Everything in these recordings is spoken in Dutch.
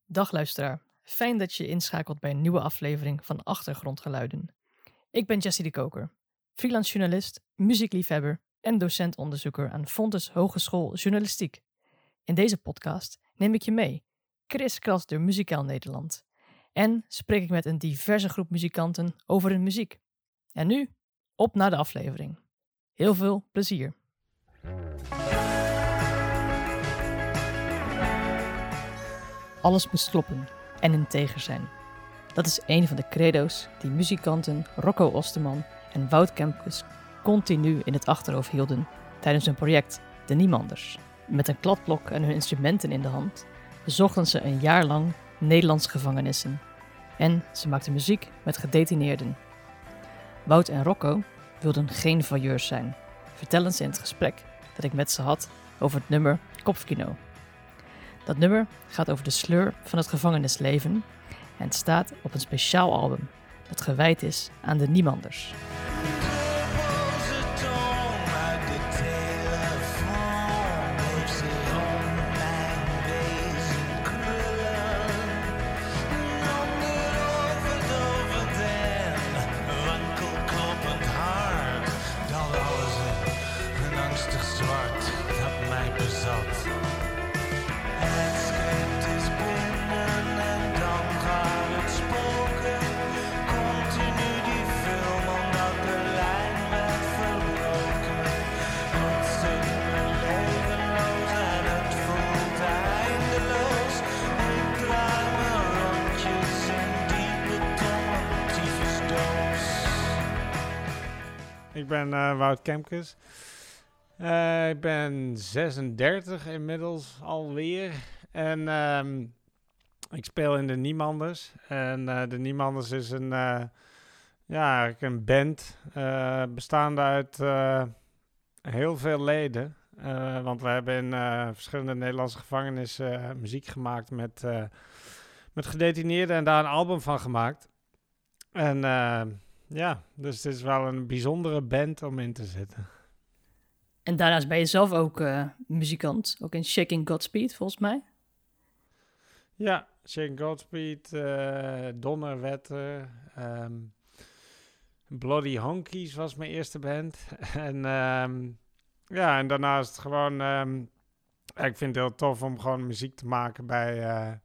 Dag luisteraar, fijn dat je inschakelt bij een nieuwe aflevering van Achtergrondgeluiden. Ik ben Jessie de Koker, freelance journalist, muziekliefhebber en docent-onderzoeker aan Fontes Hogeschool Journalistiek. In deze podcast neem ik je mee, kriskras door muzikaal Nederland. En spreek ik met een diverse groep muzikanten over hun muziek. En nu, op naar de aflevering. Heel veel plezier. Alles moest kloppen en integer zijn. Dat is een van de credo's die muzikanten Rocco Osterman en Wout Kemkes continu in het achterhoofd hielden tijdens hun project De Niemanders. Met een kladblok en hun instrumenten in de hand bezochten ze een jaar lang Nederlandse gevangenissen. En ze maakten muziek met gedetineerden. Wout en Rocco wilden geen voyeurs zijn, vertellen ze in het gesprek dat ik met ze had over het nummer Kopfkino. Dat nummer gaat over de sleur van het gevangenisleven en staat op een speciaal album dat gewijd is aan de Niemanders. Ik ben Wout Kemkes. Ik ben 36 inmiddels alweer. En ik speel in de Niemanders. En de Niemanders is een band bestaande uit heel veel leden. Want we hebben in verschillende Nederlandse gevangenissen muziek gemaakt met gedetineerden en daar een album van gemaakt. En dus het is wel een bijzondere band om in te zitten. En daarnaast ben je zelf ook muzikant, ook in Shaking Godspeed volgens mij. Ja, Shaking Godspeed, Donnerwetter, Bloody Honkies was mijn eerste band. En en daarnaast gewoon, ik vind het heel tof om gewoon muziek te maken bij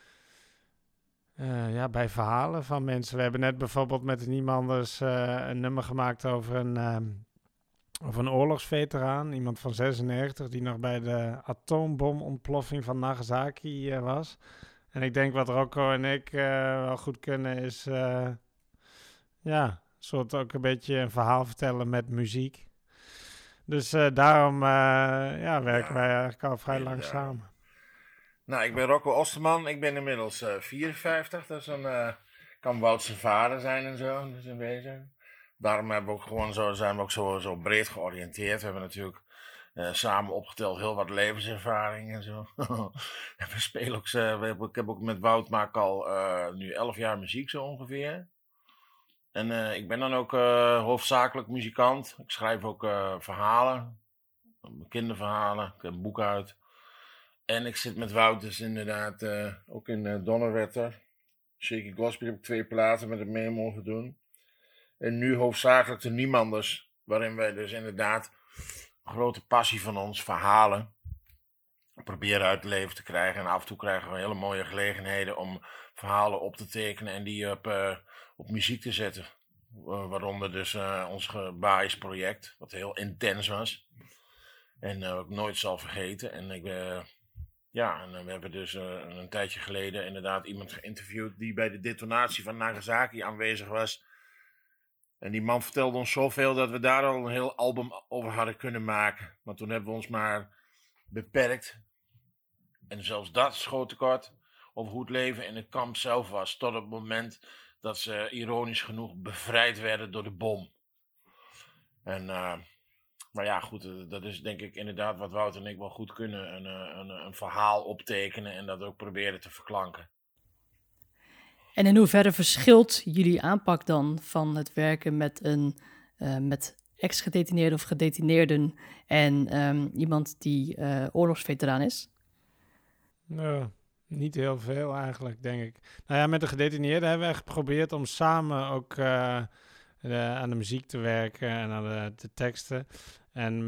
verhalen van mensen. We hebben net bijvoorbeeld met de Niemanders een nummer gemaakt over een oorlogsveteraan. Iemand van 96 die nog bij de atoombomontploffing van Nagasaki was. En ik denk wat Rocco en ik wel goed kunnen is soort ook een beetje een verhaal vertellen met muziek. Dus daarom werken wij eigenlijk al vrij lang samen. Nou, ik ben Rocco Osterman. Ik ben inmiddels 54. Dus dan kan Wout zijn vader zijn en zo. Dus in wezen. Daarom hebben we ook gewoon zijn we ook zo breed georiënteerd. We hebben natuurlijk samen opgeteld heel wat levenservaring en zo. En we spelen ook, ik heb ook met Wout maak al nu 11 jaar muziek zo ongeveer. En ik ben dan ook hoofdzakelijk muzikant. Ik schrijf ook verhalen, kinderverhalen. Ik heb een boek uit. En ik zit met Wout dus inderdaad ook in Donnerwetter. Shaky Gospel heb ik 2 platen met hem mee mogen doen. En nu hoofdzakelijk de Niemanders. Waarin wij dus inderdaad een grote passie van ons, verhalen, proberen uit het leven te krijgen. En af en toe krijgen we hele mooie gelegenheden om verhalen op te tekenen en die op muziek te zetten. Waaronder dus ons Baais project, wat heel intens was. En wat ik nooit zal vergeten. En we hebben dus een tijdje geleden inderdaad iemand geïnterviewd die bij de detonatie van Nagasaki aanwezig was. En die man vertelde ons zoveel dat we daar al een heel album over hadden kunnen maken. Maar toen hebben we ons maar beperkt. En zelfs dat schoot tekort over hoe het leven in het kamp zelf was. Tot het moment dat ze ironisch genoeg bevrijd werden door de bom. En maar ja, goed, dat is denk ik inderdaad wat Wout en ik wel goed kunnen. Een verhaal optekenen en dat ook proberen te verklanken. En in hoeverre verschilt jullie aanpak dan van het werken met ex-gedetineerden of gedetineerden en iemand die oorlogsveteraan is? Niet heel veel eigenlijk, denk ik. Nou ja, met de gedetineerden hebben we echt geprobeerd om samen ook aan de muziek te werken en aan de teksten. En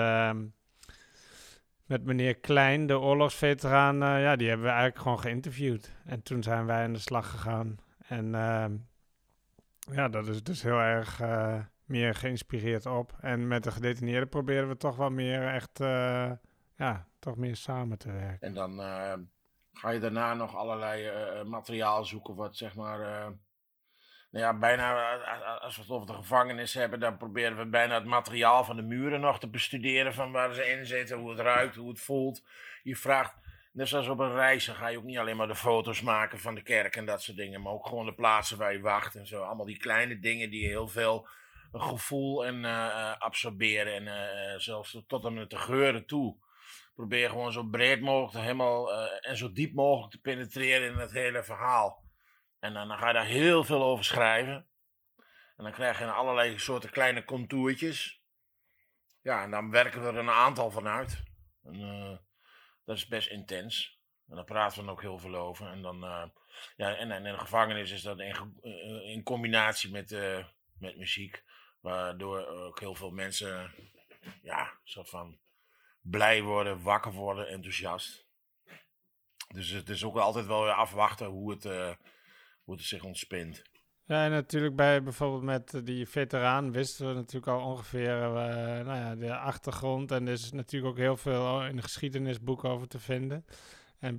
met meneer Klein, de oorlogsveteraan, die hebben we eigenlijk gewoon geïnterviewd. En toen zijn wij aan de slag gegaan. En dat is dus heel erg meer geïnspireerd op. En met de gedetineerden proberen we toch wel meer echt, toch meer samen te werken. En dan ga je daarna nog allerlei materiaal zoeken wat zeg maar... bijna als we het over de gevangenis hebben, dan proberen we bijna het materiaal van de muren nog te bestuderen van waar ze in zitten, hoe het ruikt, hoe het voelt. Je vraagt, net zoals op een reis, dan ga je ook niet alleen maar de foto's maken van de kerk en dat soort dingen, maar ook gewoon de plaatsen waar je wacht en zo. Allemaal die kleine dingen die heel veel gevoel en absorberen en zelfs tot en met de geuren toe. Probeer gewoon zo breed mogelijk en zo diep mogelijk te penetreren in het hele verhaal. En dan ga je daar heel veel over schrijven. En dan krijg je allerlei soorten kleine contourtjes. Ja, en dan werken we er een aantal van uit. En, dat is best intens. En daar praten we dan ook heel veel over. En dan, en in de gevangenis is dat in combinatie met muziek. Waardoor ook heel veel mensen, soort van blij worden, wakker worden, enthousiast. Dus het is ook altijd wel weer afwachten hoe het zich ontspint. Ja, en natuurlijk bijvoorbeeld met die veteraan wisten we natuurlijk al ongeveer de achtergrond. En er is natuurlijk ook heel veel in de geschiedenisboeken over te vinden. En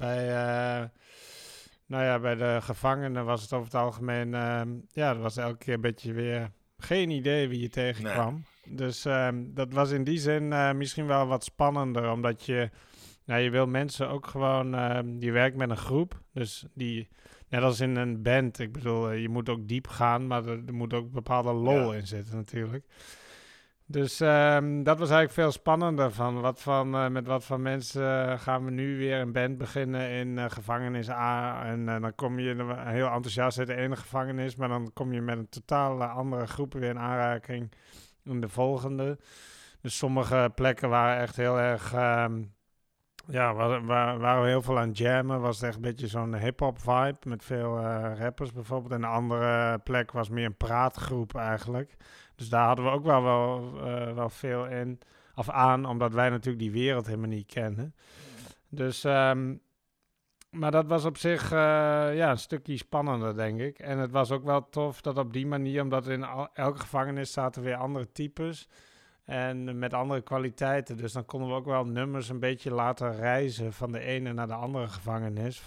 bij de gevangenen was het over het algemeen... dat was elke keer een beetje weer geen idee wie je tegenkwam. Nee. Dus dat was in die zin misschien wel wat spannender, omdat je wil mensen ook gewoon... je werkt met een groep, dus die... Net als in een band. Ik bedoel, je moet ook diep gaan, maar er moet ook bepaalde lol in zitten natuurlijk. Dus dat was eigenlijk veel spannender. Met wat voor mensen gaan we nu weer een band beginnen in gevangenis A. En dan kom je heel enthousiast uit de ene gevangenis, maar dan kom je met een totaal andere groep weer in aanraking in de volgende. Dus sommige plekken waren echt heel erg... waar we heel veel aan jammen, was het echt een beetje zo'n hip-hop vibe met veel rappers bijvoorbeeld. En de andere plek was meer een praatgroep eigenlijk. Dus daar hadden we ook wel veel aan, omdat wij natuurlijk die wereld helemaal niet kennen. Dus, maar dat was op zich een stukje spannender, denk ik. En het was ook wel tof dat op die manier, omdat in elke gevangenis zaten weer andere types. En met andere kwaliteiten. Dus dan konden we ook wel nummers een beetje laten reizen van de ene naar de andere gevangenis.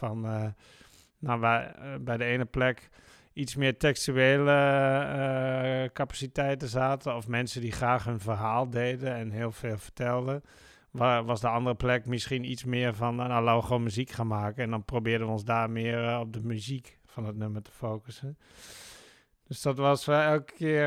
Bij de ene plek iets meer textuele capaciteiten zaten. Of mensen die graag hun verhaal deden en heel veel vertelden. Was de andere plek misschien iets meer van, laten we gewoon muziek gaan maken. En dan probeerden we ons daar meer op de muziek van het nummer te focussen. Dus dat was elke keer,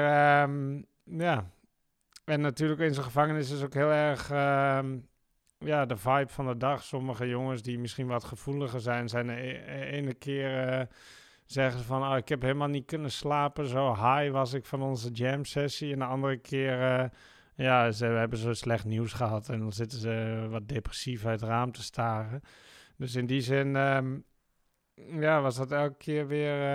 En natuurlijk in zo'n gevangenis is ook heel erg de vibe van de dag. Sommige jongens die misschien wat gevoeliger zijn de ene keer zeggen ze van... ik heb helemaal niet kunnen slapen, zo high was ik van onze jam sessie. En de andere keer, ze hebben zo slecht nieuws gehad en dan zitten ze wat depressief uit het raam te staren. Dus in die zin was dat elke keer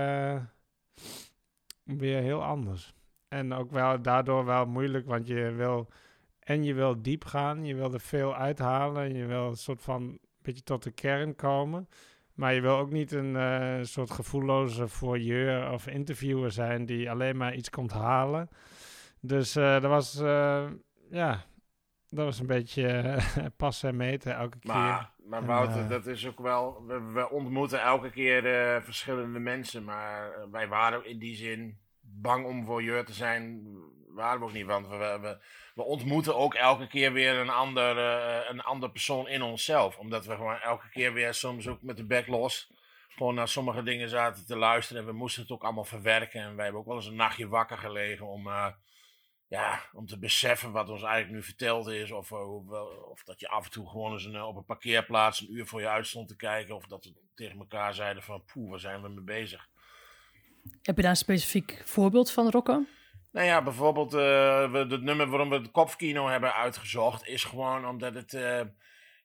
weer heel anders. En ook wel daardoor wel moeilijk, want je wil diep gaan. Je wil er veel uithalen. Je wil een soort van een beetje tot de kern komen. Maar je wil ook niet een soort gevoelloze voyeur of interviewer zijn die alleen maar iets komt halen. Dus dat was een beetje passen en meten elke keer. Maar Wouter, dat is ook wel... We ontmoeten elke keer verschillende mensen, maar wij waren in die zin... bang om voyeur te zijn, waren we ook niet. Want we ontmoeten ook elke keer weer een ander persoon in onszelf. Omdat we gewoon elke keer weer soms ook met de bek los... gewoon naar sommige dingen zaten te luisteren. En we moesten het ook allemaal verwerken. En wij hebben ook wel eens een nachtje wakker gelegen om te beseffen wat ons eigenlijk nu verteld is. Of dat je af en toe gewoon eens op een parkeerplaats een uur voor je uit stond te kijken. Of dat we tegen elkaar zeiden van, waar zijn we mee bezig? Heb je daar een specifiek voorbeeld van, Rocco? Nou ja, bijvoorbeeld het nummer waarom we het kopfkino hebben uitgezocht... is gewoon omdat het...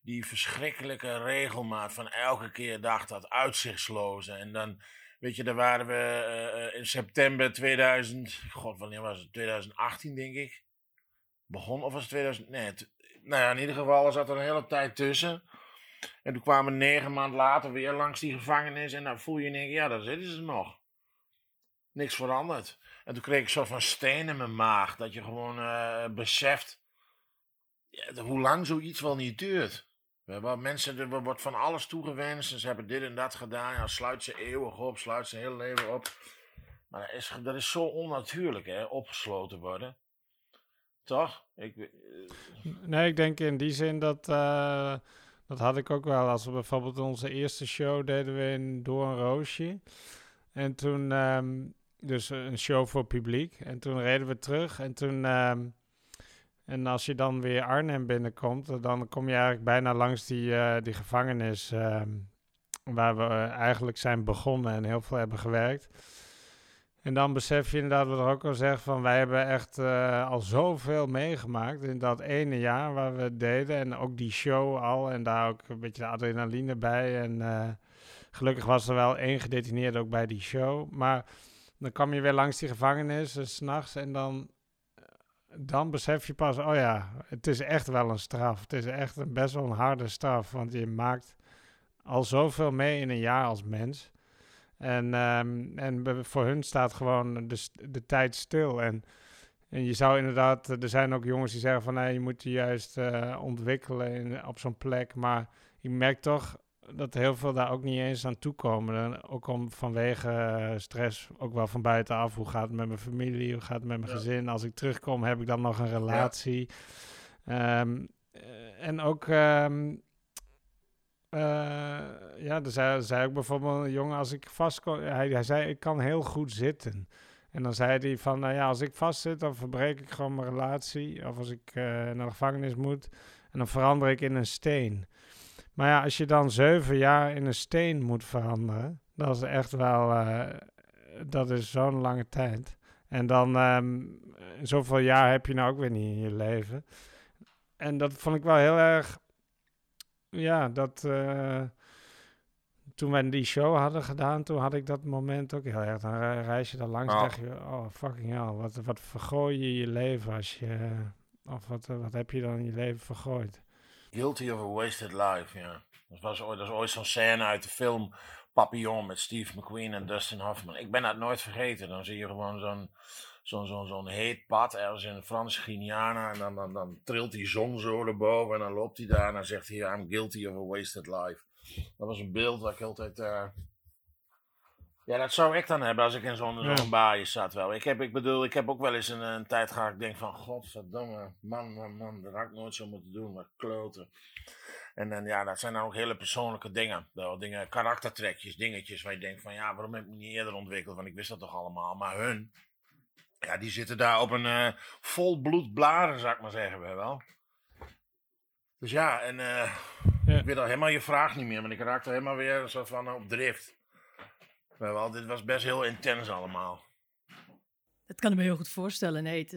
die verschrikkelijke regelmaat van elke keer dacht dat uitzichtsloze. En dan, weet je, daar waren we in september 2000, god, wanneer was het? 2018 denk ik. Begon, of was het 2000? Nee, nou ja, in ieder geval zat er een hele tijd tussen. En toen kwamen we 9 maanden later weer langs die gevangenis. En dan voel je in één keer, ja, daar zitten ze nog. Niks veranderd. En toen kreeg ik een soort van steen in mijn maag. Dat je gewoon beseft hoe lang zoiets wel niet duurt. We hebben mensen, er wordt van alles toegewenst. En ze hebben dit en dat gedaan. Ja, sluit ze eeuwig op, sluit ze heel leven op. Maar dat is zo onnatuurlijk, hè, opgesloten worden. Toch? Nee, ik denk in die zin dat had ik ook wel. Als we bijvoorbeeld onze eerste show deden we in Door een Roosje. En toen, dus een show voor publiek. En toen reden we terug. En toen, en als je dan weer Arnhem binnenkomt, dan kom je eigenlijk bijna langs die gevangenis waar we eigenlijk zijn begonnen en heel veel hebben gewerkt. En dan besef je inderdaad wat er ook al zegt van wij hebben echt al zoveel meegemaakt in dat ene jaar waar we het deden. En ook die show al en daar ook een beetje de adrenaline bij. En gelukkig was er wel 1 gedetineerde ook bij die show. Maar dan kwam je weer langs die gevangenis 's nachts en dan besef je pas, oh ja, het is echt wel een straf. Het is echt best wel een harde straf, want je maakt al zoveel mee in een jaar als mens. En voor hun staat gewoon de tijd stil. En je zou inderdaad, er zijn ook jongens die zeggen van nee, je moet je juist ontwikkelen op zo'n plek. Maar je merkt toch dat heel veel daar ook niet eens aan toekomen. Ook vanwege stress, ook wel van buitenaf. Hoe gaat het met mijn familie? Hoe gaat het met mijn gezin? Als ik terugkom, heb ik dan nog een relatie? Ja. En ook... er zei ook bijvoorbeeld een jongen, als ik vastkom, hij zei, ik kan heel goed zitten. En dan zei hij van, nou ja, als ik vastzit, dan verbreek ik gewoon mijn relatie. Of als ik naar de gevangenis moet, en dan verander ik in een steen. Maar ja, als je dan 7 jaar in een steen moet veranderen, dat is echt wel, dat is zo'n lange tijd. En dan, zoveel jaar heb je nou ook weer niet in je leven. En dat vond ik wel heel erg... Ja, toen wij die show hadden gedaan, toen had ik dat moment ook heel erg. Dan reis je daar langs en dacht je, oh fucking hell, wat vergooi je je leven als je... Of wat heb je dan in je leven vergooid? Guilty of a wasted life, ja. Dat is ooit zo'n scène uit de film Papillon met Steve McQueen en Dustin Hoffman. Ik ben dat nooit vergeten. Dan zie je gewoon zo'n heet pad ergens in Frans-Guyana en dan trilt die zon zo erboven en dan loopt hij daar en dan zegt hij I'm guilty of a wasted life. Dat was een beeld waar ik altijd... Ja, dat zou ik dan hebben als ik in zo'n baai zat wel. Ik heb ook wel eens een tijd gehad, ik denk van godverdomme, man, dat had ik nooit zo moeten doen, maar kloten. En dan, ja, dat zijn dan ook hele persoonlijke dingen. Dingen, karaktertrekjes, dingetjes waar je denkt van ja, waarom heb ik me niet eerder ontwikkeld, want ik wist dat toch allemaal. Maar hun, ja, die zitten daar op een volbloed blaren, zou ik maar zeggen, wel. Dus ja, en ik weet al helemaal je vraag niet meer, maar ik raakte helemaal weer een soort van op drift. Wel, dit was best heel intens allemaal. Dat kan ik me heel goed voorstellen. Nee,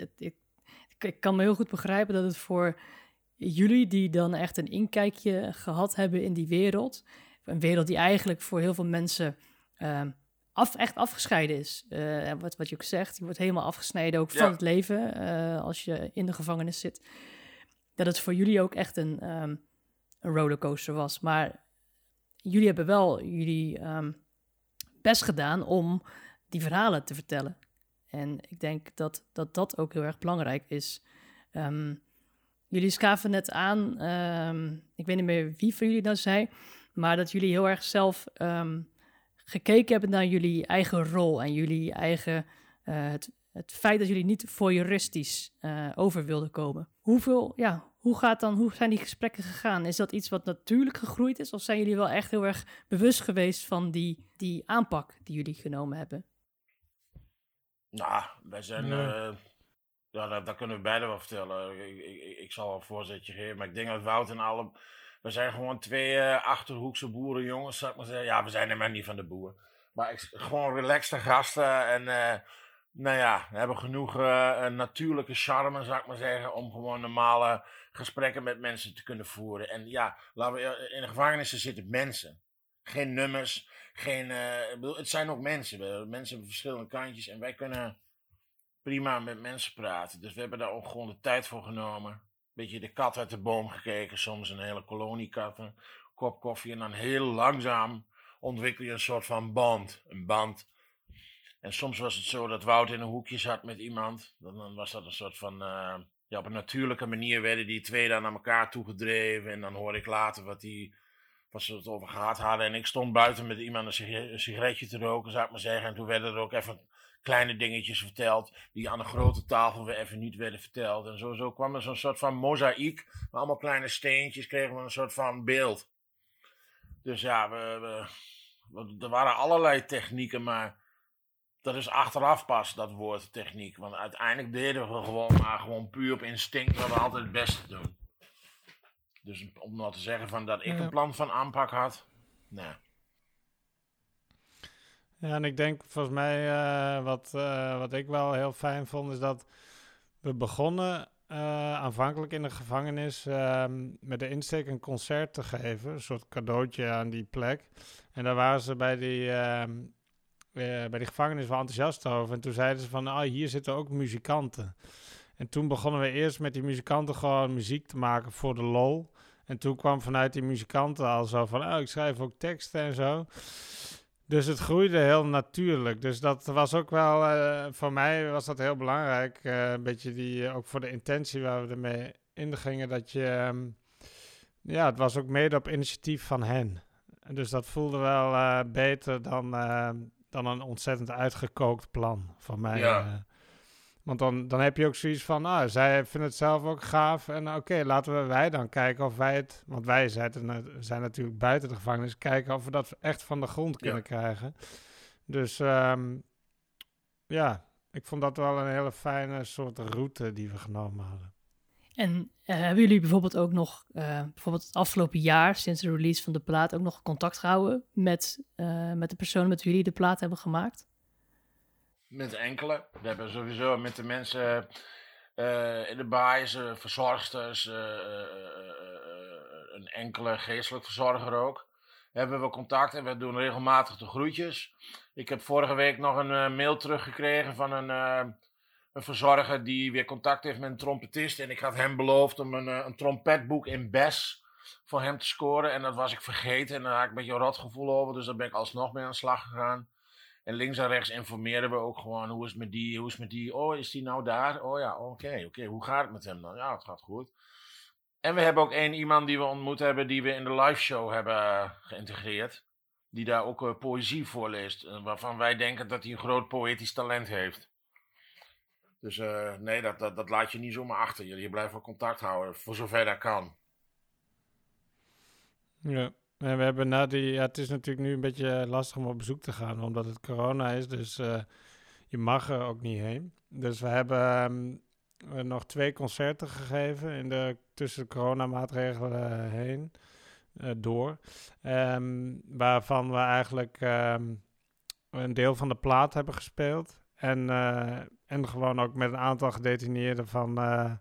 ik kan me heel goed begrijpen dat het voor jullie die dan echt een inkijkje gehad hebben in die wereld, een wereld die eigenlijk voor heel veel mensen echt afgescheiden is. Wat je ook zegt, je wordt helemaal afgesneden ook van het leven als je in de gevangenis zit. Dat het voor jullie ook echt een rollercoaster was. Maar jullie hebben wel jullie best gedaan om die verhalen te vertellen. En ik denk dat ook heel erg belangrijk is. Jullie schaven net aan, ik weet niet meer wie van jullie dat zei, maar dat jullie heel erg zelf gekeken hebben naar jullie eigen rol en jullie eigen, het feit dat jullie niet voyeuristisch over wilden komen. Hoe zijn die gesprekken gegaan? Is dat iets wat natuurlijk gegroeid is? Of zijn jullie wel echt heel erg bewust geweest van die aanpak die jullie genomen hebben? Nou, wij zijn... dat kunnen we beide wel vertellen. Ik zal wel een voorzetje geven. Maar ik denk dat Wout en alle... We zijn gewoon 2 Achterhoekse boerenjongens, zou ik maar zeggen. Ja, we zijn helemaal niet van de boer. Maar gewoon relaxte gasten. En nou ja, hebben genoeg natuurlijke charme, zou ik maar zeggen, om gewoon normale gesprekken met mensen te kunnen voeren. En ja, laten we, in de gevangenissen zitten mensen. Geen nummers, ik bedoel, het zijn ook mensen. Mensen hebben verschillende kantjes en wij kunnen prima met mensen praten. Dus we hebben daar ook gewoon de tijd voor genomen. Beetje de kat uit de boom gekeken, soms een hele kolonie katten. Kop koffie en dan heel langzaam ontwikkel je een soort van een band. En soms was het zo dat Wout in een hoekje zat met iemand. Dan was dat een soort van, ja, op een natuurlijke manier werden die twee dan naar elkaar toegedreven. En dan hoorde ik later wat ze het over gehad hadden. En ik stond buiten met iemand een sigaretje te roken, zou ik maar zeggen. En toen werden er ook even kleine dingetjes verteld, die aan de grote tafel weer even niet werden verteld. En zo kwam er zo'n soort van mozaïek, met allemaal kleine steentjes, kregen we een soort van beeld. Dus ja, er waren allerlei technieken, maar dat is achteraf pas, dat woord techniek. Want uiteindelijk deden we gewoon puur op instinct wat we altijd het beste doen. Dus om nou te zeggen van dat ik een plan van aanpak had, nee. Ja, en ik denk volgens mij, wat ik wel heel fijn vond, is dat we begonnen aanvankelijk in de gevangenis met de insteek een concert te geven. Een soort cadeautje aan die plek. En daar waren ze bij die gevangenis wel enthousiast over. En toen zeiden ze van, hier zitten ook muzikanten. En toen begonnen we eerst met die muzikanten gewoon muziek te maken voor de lol. En toen kwam vanuit die muzikanten al zo van, ik schrijf ook teksten en zo. Dus het groeide heel natuurlijk. Dus dat was ook wel, voor mij was dat heel belangrijk. Een beetje ook voor de intentie waar we ermee ingingen. Dat je, het was ook mede op initiatief van hen. Dus dat voelde wel beter dan een ontzettend uitgekookt plan voor mij. Ja. Want dan heb je ook zoiets van, zij vinden het zelf ook gaaf. En oké, laten wij dan kijken of wij het... Want wij zijn natuurlijk buiten de gevangenis. Kijken of we dat echt van de grond kunnen krijgen. Dus ik vond dat wel een hele fijne soort route die we genomen hadden. En hebben jullie bijvoorbeeld ook nog, bijvoorbeeld het afgelopen jaar, sinds de release van de plaat, ook nog contact gehouden met de personen met wie jullie de plaat hebben gemaakt? Met enkele. We hebben sowieso met de mensen in de baais, verzorgsters, een enkele geestelijk verzorger ook. Hebben we contact en we doen regelmatig de groetjes. Ik heb vorige week nog een mail teruggekregen van een verzorger die weer contact heeft met een trompetist. En ik had hem beloofd om een trompetboek in Bes voor hem te scoren. En dat was ik vergeten en daar had ik een beetje een rotgevoel over. Dus daar ben ik alsnog mee aan de slag gegaan. En links en rechts informeren we ook gewoon, hoe is het met die, oh, is die nou daar? Oh ja, oké, hoe gaat het met hem dan? Ja, het gaat goed. En we hebben ook iemand die we ontmoet hebben, die we in de live show hebben geïntegreerd. Die daar ook poëzie voorleest, waarvan wij denken dat hij een groot poëtisch talent heeft. Dus nee, dat laat je niet zomaar achter. Je blijft wel contact houden, voor zover dat kan. Ja. En we hebben het is natuurlijk nu een beetje lastig om op bezoek te gaan, omdat het corona is, dus je mag er ook niet heen. Dus we hebben nog 2 concerten gegeven tussen de coronamaatregelen heen, door. Waarvan we eigenlijk een deel van de plaat hebben gespeeld. En gewoon ook met een aantal gedetineerden van...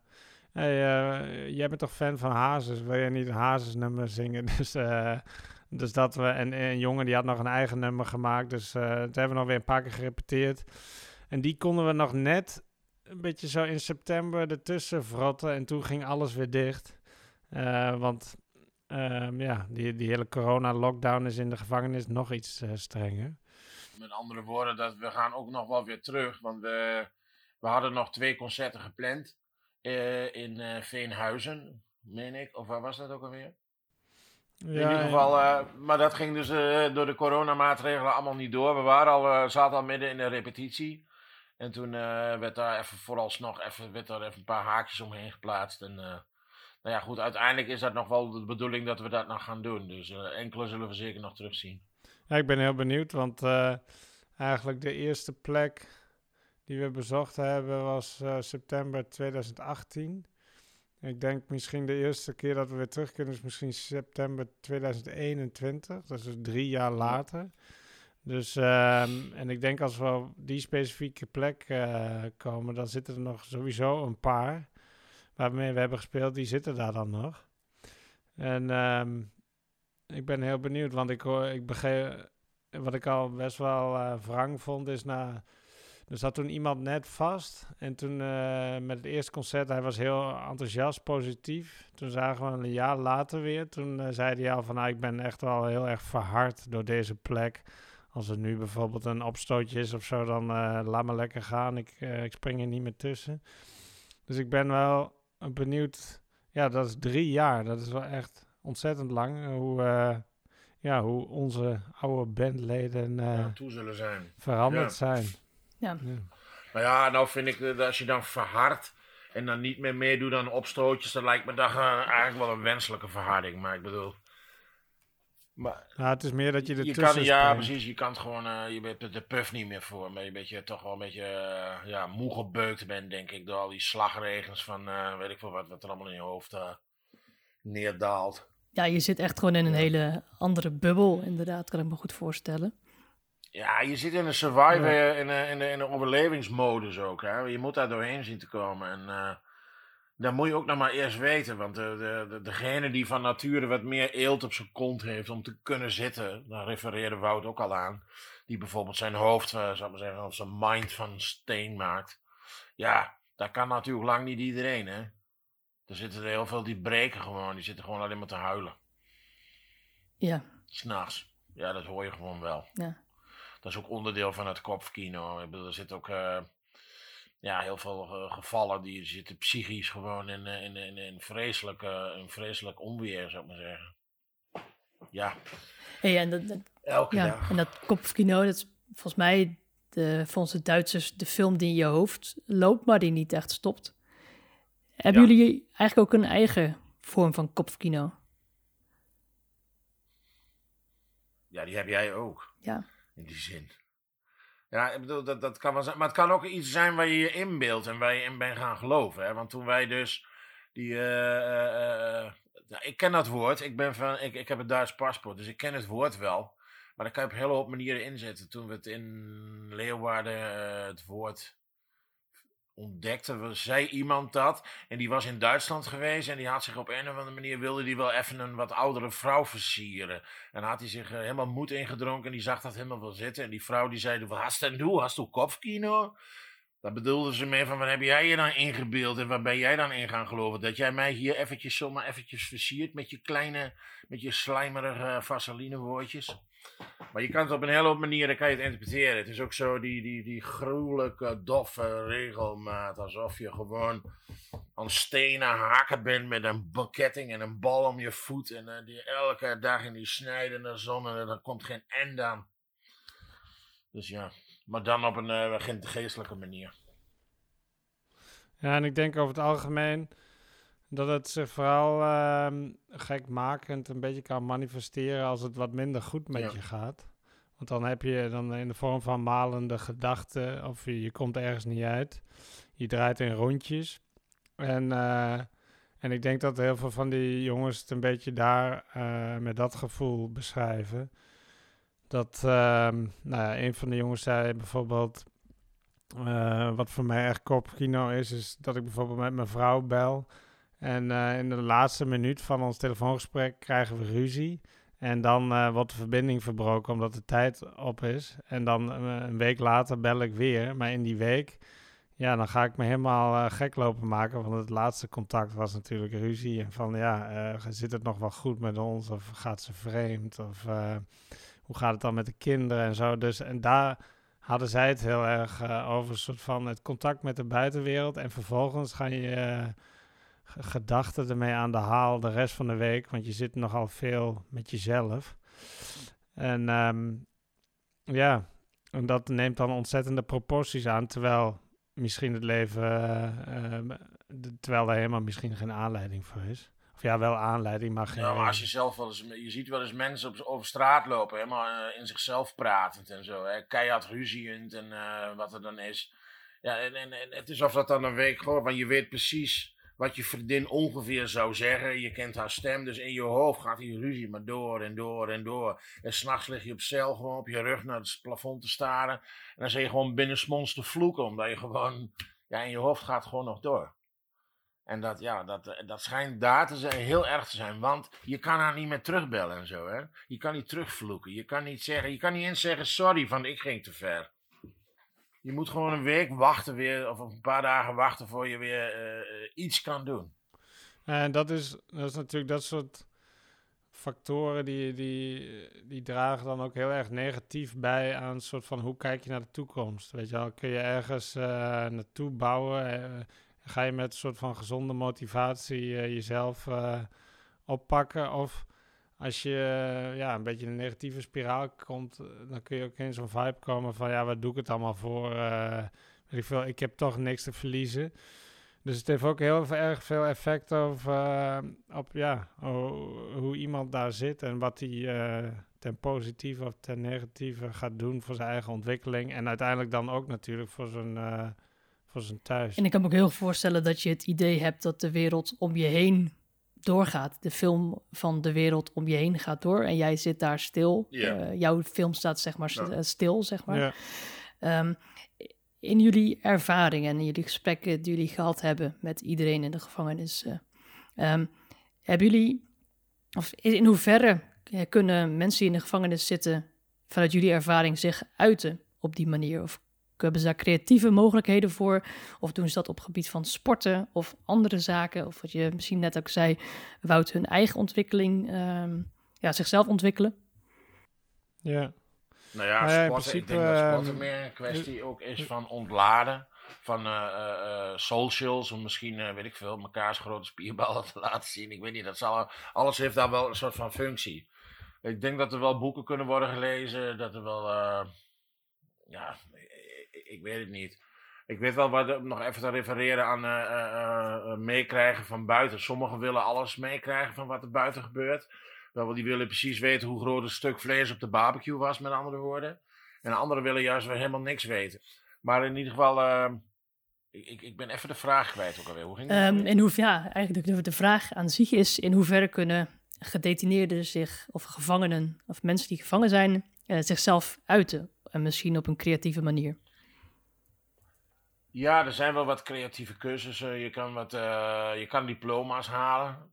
jij bent toch fan van Hazes? Wil jij niet een Hazes-nummer zingen? Dus dat we... En een jongen die had nog een eigen nummer gemaakt. Dus dat hebben we nog weer een paar keer gerepeteerd. En die konden we nog net een beetje zo in september ertussen vrotten. En toen ging alles weer dicht. Want die hele corona-lockdown is in de gevangenis nog iets strenger. Met andere woorden, dat we gaan ook nog wel weer terug. Want we hadden nog 2 concerten gepland. In Veenhuizen, meen ik. Of waar was dat ook alweer? Ja, in ieder geval, maar dat ging dus door de coronamaatregelen allemaal niet door. We zaten al midden in de repetitie. En toen werd daar vooralsnog even een paar haakjes omheen geplaatst. En nou ja, goed, uiteindelijk is dat nog wel de bedoeling dat we dat nog gaan doen. Dus enkele zullen we zeker nog terugzien. Ja, ik ben heel benieuwd, want eigenlijk de eerste plek die we bezocht hebben was september 2018. Ik denk misschien de eerste keer dat we weer terug kunnen is misschien september 2021. Dat is dus 3 jaar later. Dus, en ik denk als we op die specifieke plek komen, dan zitten er nog sowieso een paar waarmee we hebben gespeeld, die zitten daar dan nog. En ik ben heel benieuwd, want ik begreep, wat ik al best wel wrang vond, is er zat toen iemand net vast. En toen met het eerste concert, hij was heel enthousiast, positief. Toen zagen we hem een jaar later weer. Toen zei hij al van, ik ben echt wel heel erg verhard door deze plek. Als er nu bijvoorbeeld een opstootje is of zo, dan laat me lekker gaan. Ik spring er niet meer tussen. Dus ik ben wel benieuwd. Ja, dat is 3 jaar. Dat is wel echt ontzettend lang. Hoe onze oude bandleden toe zullen zijn. veranderd zijn. Ja. Maar ja, nou vind ik dat als je dan verhardt en dan niet meer meedoet aan opstootjes, dan lijkt me dat eigenlijk wel een wenselijke verharding. Maar ik bedoel... Maar het is meer dat je kan, precies. Je kan het gewoon, je bent de puff niet meer voor. Maar toch wel een beetje moe gebeukt bent, denk ik. Door al die slagregens van, weet ik veel wat er allemaal in je hoofd neerdaalt. Ja, je zit echt gewoon in een hele andere bubbel, inderdaad. Kan ik me goed voorstellen. Ja, je zit in een survivor, in een overlevingsmodus ook. Hè? Je moet daar doorheen zien te komen. En dat moet je ook nog maar eerst weten. Want degene die van nature wat meer eelt op zijn kont heeft om te kunnen zitten, daar refereerde Wout ook al aan. Die bijvoorbeeld zijn hoofd, zou ik maar zeggen, of zijn mind van steen maakt. Ja, dat kan natuurlijk lang niet iedereen, hè. Er zitten er heel veel die breken gewoon. Die zitten gewoon alleen maar te huilen. Ja. 's Nachts. Ja, dat hoor je gewoon wel. Ja. Dat is ook onderdeel van het kopkino. Ik bedoel, er zit ook heel veel gevallen die zitten psychisch gewoon in vreselijk onweer, zou ik maar zeggen. Ja. Hey, en elke dag. En dat kopkino, dat is volgens mij volgens de Duitsers de film die in je hoofd loopt, maar die niet echt stopt. Hebben jullie eigenlijk ook een eigen vorm van kopkino? Ja, die heb jij ook. Ja. In die zin. Ja, ik bedoel, dat kan wel zijn. Maar het kan ook iets zijn waar je je inbeeldt en waar je in bent gaan geloven. Hè? Want toen wij dus ik ken dat woord. Ik heb een Duits paspoort, dus ik ken het woord wel. Maar daar kan je op een hele hoop manieren inzetten. Toen we het in Leeuwarden het woord ontdekten, zei iemand dat. En die was in Duitsland geweest en die had zich op een of andere manier, wilde die wel even een wat oudere vrouw versieren. En had hij zich helemaal moed ingedronken en die zag dat helemaal wel zitten. En die vrouw die zei, wat hast du nu? Hast du kopkino? Daar bedoelden ze mee van, wat heb jij je dan ingebeeld en waar ben jij dan in gaan geloven? Dat jij mij hier zomaar eventjes versiert met je slijmerige vaseline woordjes. Maar je kan het op een hele hoop manieren kan je het interpreteren. Het is ook zo die gruwelijke, doffe regelmaat. Alsof je gewoon aan stenen haken bent met een ketting en een bal om je voet. En die elke dag in die snijdende zon en er komt geen end aan. Dus ja, maar dan op een geestelijke manier. Ja, en ik denk over het algemeen dat het zich vooral gekmakend een beetje kan manifesteren als het wat minder goed met je gaat. Want dan heb je dan in de vorm van malende gedachten of je komt ergens niet uit. Je draait in rondjes. En ik denk dat heel veel van die jongens het een beetje daar met dat gevoel beschrijven. Dat, een van de jongens zei bijvoorbeeld, wat voor mij echt kopkino is dat ik bijvoorbeeld met mijn vrouw bel. En in de laatste minuut van ons telefoongesprek krijgen we ruzie. En dan wordt de verbinding verbroken omdat de tijd op is. En dan een week later bel ik weer. Maar in die week, dan ga ik me helemaal gek lopen maken. Want het laatste contact was natuurlijk ruzie. En van zit het nog wel goed met ons? Of gaat ze vreemd? Of hoe gaat het dan met de kinderen en zo? Dus, en daar hadden zij het heel erg over. Een soort van het contact met de buitenwereld. En vervolgens gaan je gedachten ermee aan de haal de rest van de week, want je zit nogal veel met jezelf. En en dat neemt dan ontzettende proporties aan, terwijl misschien het leven, terwijl daar helemaal misschien geen aanleiding voor is. Of ja, wel aanleiding, maar geen... Ja, maar als je zelf je ziet wel eens mensen over straat lopen, helemaal in zichzelf pratend en zo, hè, keihard ruziend en wat er dan is. Ja, en het is of dat dan een week gewoon, want je weet precies wat je vriendin ongeveer zou zeggen. Je kent haar stem, dus in je hoofd gaat die ruzie maar door en door en door. En 's nachts lig je op cel gewoon op je rug naar het plafond te staren. En dan zie je gewoon binnensmonds te vloeken, omdat je gewoon, ja, in je hoofd gaat gewoon nog door. En dat schijnt daar te zijn, heel erg te zijn, want je kan haar niet meer terugbellen en zo, hè. Je kan niet terugvloeken, je kan niet eens zeggen sorry van ik ging te ver. Je moet gewoon een week wachten weer, of een paar dagen wachten voor je weer iets kan doen. En dat is natuurlijk dat soort factoren die dragen dan ook heel erg negatief bij aan een soort van hoe kijk je naar de toekomst. Weet je wel, kun je ergens naartoe bouwen? Ga je met een soort van gezonde motivatie jezelf oppakken? Of als je een beetje in een negatieve spiraal komt, dan kun je ook in zo'n vibe komen van ja, wat doe ik het allemaal voor? Weet ik veel, ik heb toch niks te verliezen. Dus het heeft ook heel erg veel effect op hoe iemand daar zit en wat hij ten positieve of ten negatieve gaat doen voor zijn eigen ontwikkeling. En uiteindelijk dan ook natuurlijk voor zijn thuis. En ik kan me ook heel goed voorstellen dat je het idee hebt dat de wereld om je heen doorgaat. De film van de wereld om je heen gaat door en jij zit daar stil. Ja. Jouw film staat zeg maar stil, zeg maar. Ja. In jullie ervaringen en in jullie gesprekken die jullie gehad hebben met iedereen in de gevangenis, hebben jullie, of in hoeverre kunnen mensen die in de gevangenis zitten vanuit jullie ervaring zich uiten op die manier? Of hebben ze daar creatieve mogelijkheden voor? Of doen ze dat op het gebied van sporten of andere zaken? Of wat je misschien net ook zei, Wout, hun eigen ontwikkeling, zichzelf ontwikkelen? Ja. Nou ja, in sporten, principe, ik denk dat sporten meer een kwestie ook is van ontladen. Van socials, om misschien, weet ik veel, mekaars grote spierballen te laten zien. Ik weet niet, alles heeft daar wel een soort van functie. Ik denk dat er wel boeken kunnen worden gelezen, dat er wel, ik weet het niet. Ik weet wel, nog even te refereren aan meekrijgen van buiten. Sommigen willen alles meekrijgen van wat er buiten gebeurt. Die willen precies weten hoe groot een stuk vlees op de barbecue was, met andere woorden. En anderen willen juist weer helemaal niks weten. Maar in ieder geval, ik ben even de vraag kwijt ook alweer. Hoe ging dat? Eigenlijk de vraag aan zich is, in hoeverre kunnen gedetineerden of gevangenen, of mensen die gevangen zijn, zichzelf uiten. En misschien op een creatieve manier. Ja, er zijn wel wat creatieve cursussen. Je kan diploma's halen.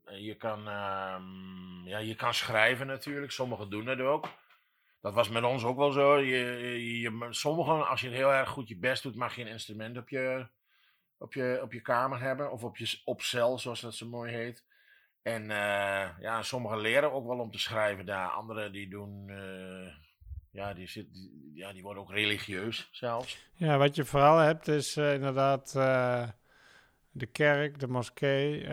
Je kan schrijven natuurlijk. Sommigen doen het ook. Dat was met ons ook wel zo. Sommigen, als je heel erg goed je best doet, mag je een instrument op je kamer hebben. Of op cel, zoals dat zo mooi heet. En sommigen leren ook wel om te schrijven daar. Anderen die doen... die worden ook religieus zelfs. Ja, wat je vooral hebt is inderdaad de kerk, de moskee,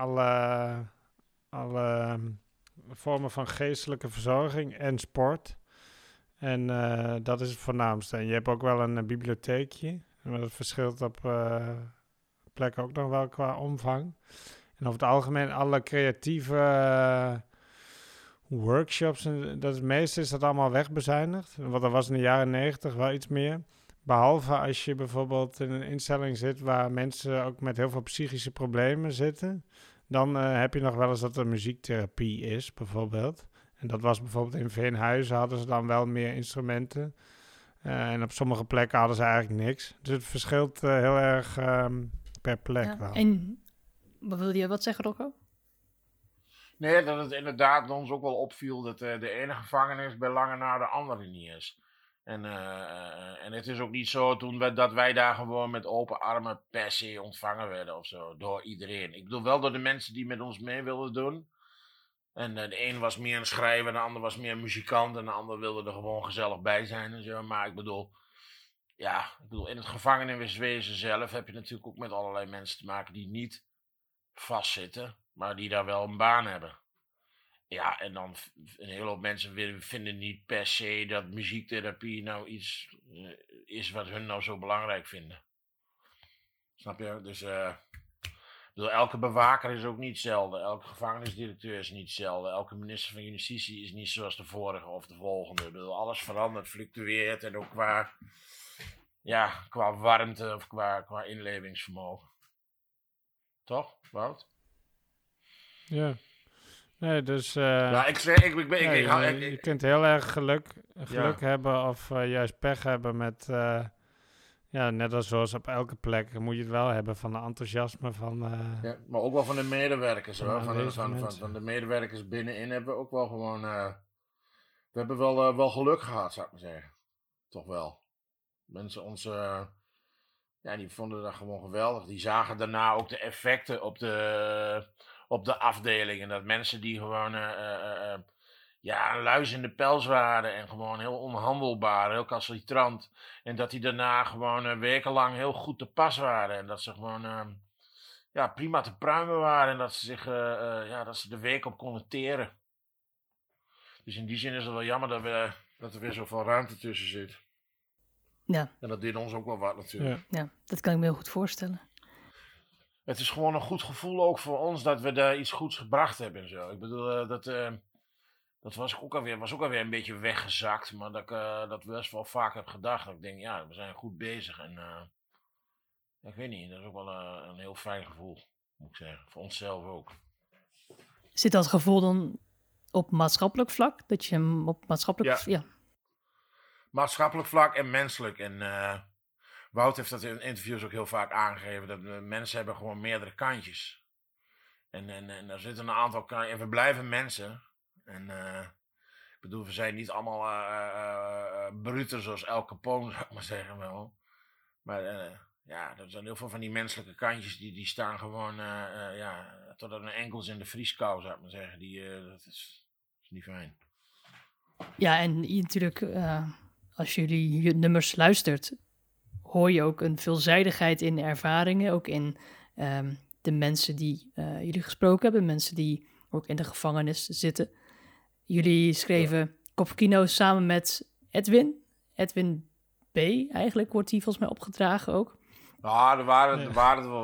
alle vormen van geestelijke verzorging en sport. En dat is het voornaamste. En je hebt ook wel een bibliotheekje, maar dat verschilt op plekken ook nog wel qua omvang. En over het algemeen alle creatieve workshops, meestal is dat allemaal wegbezuinigd. Want dat was in de jaren 90 wel iets meer. Behalve als je bijvoorbeeld in een instelling zit waar mensen ook met heel veel psychische problemen zitten. Dan heb je nog wel eens dat er muziektherapie is, bijvoorbeeld. En dat was bijvoorbeeld in Veenhuizen hadden ze dan wel meer instrumenten. En op sommige plekken hadden ze eigenlijk niks. Dus het verschilt heel erg per plek wel. En wat wilde je wat zeggen, Rocco? Nee, dat het inderdaad ons ook wel opviel dat de ene gevangenis bij lange na de andere niet is. En het is ook niet zo dat wij daar gewoon met open armen per se ontvangen werden of zo, door iedereen. Ik bedoel wel door de mensen die met ons mee wilden doen. En de een was meer een schrijver, de ander was meer een muzikant en de ander wilde er gewoon gezellig bij zijn en zo. Maar ik bedoel, in het gevangeniswezen zelf heb je natuurlijk ook met allerlei mensen te maken die niet vastzitten, maar die daar wel een baan hebben. Ja, en dan een hele hoop mensen vinden niet per se dat muziektherapie nou iets is wat hun nou zo belangrijk vinden. Snap je? Dus elke bewaker is ook niet hetzelfde. Elke gevangenisdirecteur is niet hetzelfde. Elke minister van Justitie is niet zoals de vorige of de volgende. Ik bedoel, alles verandert, fluctueert en ook qua warmte of qua inlevingsvermogen. Toch, Wout? Ja. Nee, dus... Ja, je kunt heel erg geluk hebben of juist pech hebben met... net als zoals op elke plek moet je het wel hebben van de enthousiasme van... Ja, maar ook wel van de medewerkers, hoor. Van Van de medewerkers binnenin hebben we ook wel gewoon... we hebben wel geluk gehad, zou ik maar zeggen. Toch wel. Mensen die vonden dat gewoon geweldig. Die zagen daarna ook de effecten op de afdeling. En dat mensen die gewoon een luis in de pels waren. En gewoon heel onhandelbaar, heel recalcitrant. En dat die daarna gewoon wekenlang heel goed te pas waren. En dat ze gewoon prima te pruimen waren. En dat ze dat ze de week op konden teren. Dus in die zin is het wel jammer dat er weer zoveel ruimte tussen zit. Ja. En dat deed ons ook wel wat natuurlijk. Ja, dat kan ik me heel goed voorstellen. Het is gewoon een goed gevoel ook voor ons dat we daar iets goeds gebracht hebben en zo. Ik bedoel, dat was ook alweer een beetje weggezakt. Maar dat ik best wel vaak heb gedacht. Dat ik denk, ja, we zijn goed bezig. En ik weet niet, dat is ook wel een heel fijn gevoel, moet ik zeggen. Voor onszelf ook. Zit dat gevoel dan op maatschappelijk vlak? Dat je hem op maatschappelijk... Maatschappelijk vlak en menselijk. En Wout heeft dat in interviews ook heel vaak aangegeven. Dat mensen hebben gewoon meerdere kantjes. En er zitten een aantal kantjes. En we blijven mensen. En ik bedoel, we zijn niet allemaal bruten zoals El Capone, zou ik maar zeggen wel. Maar er zijn heel veel van die menselijke kantjes. Die staan gewoon tot aan de enkels in de vrieskou, zou ik maar zeggen. Dat is niet fijn. Ja, en natuurlijk... als jullie je nummers luistert, hoor je ook een veelzijdigheid in ervaringen. Ook in de mensen die jullie gesproken hebben. Mensen die ook in de gevangenis zitten. Jullie schreven Kopkino samen met Edwin. Edwin B. eigenlijk wordt die volgens mij opgedragen ook. Nou, er waren er wel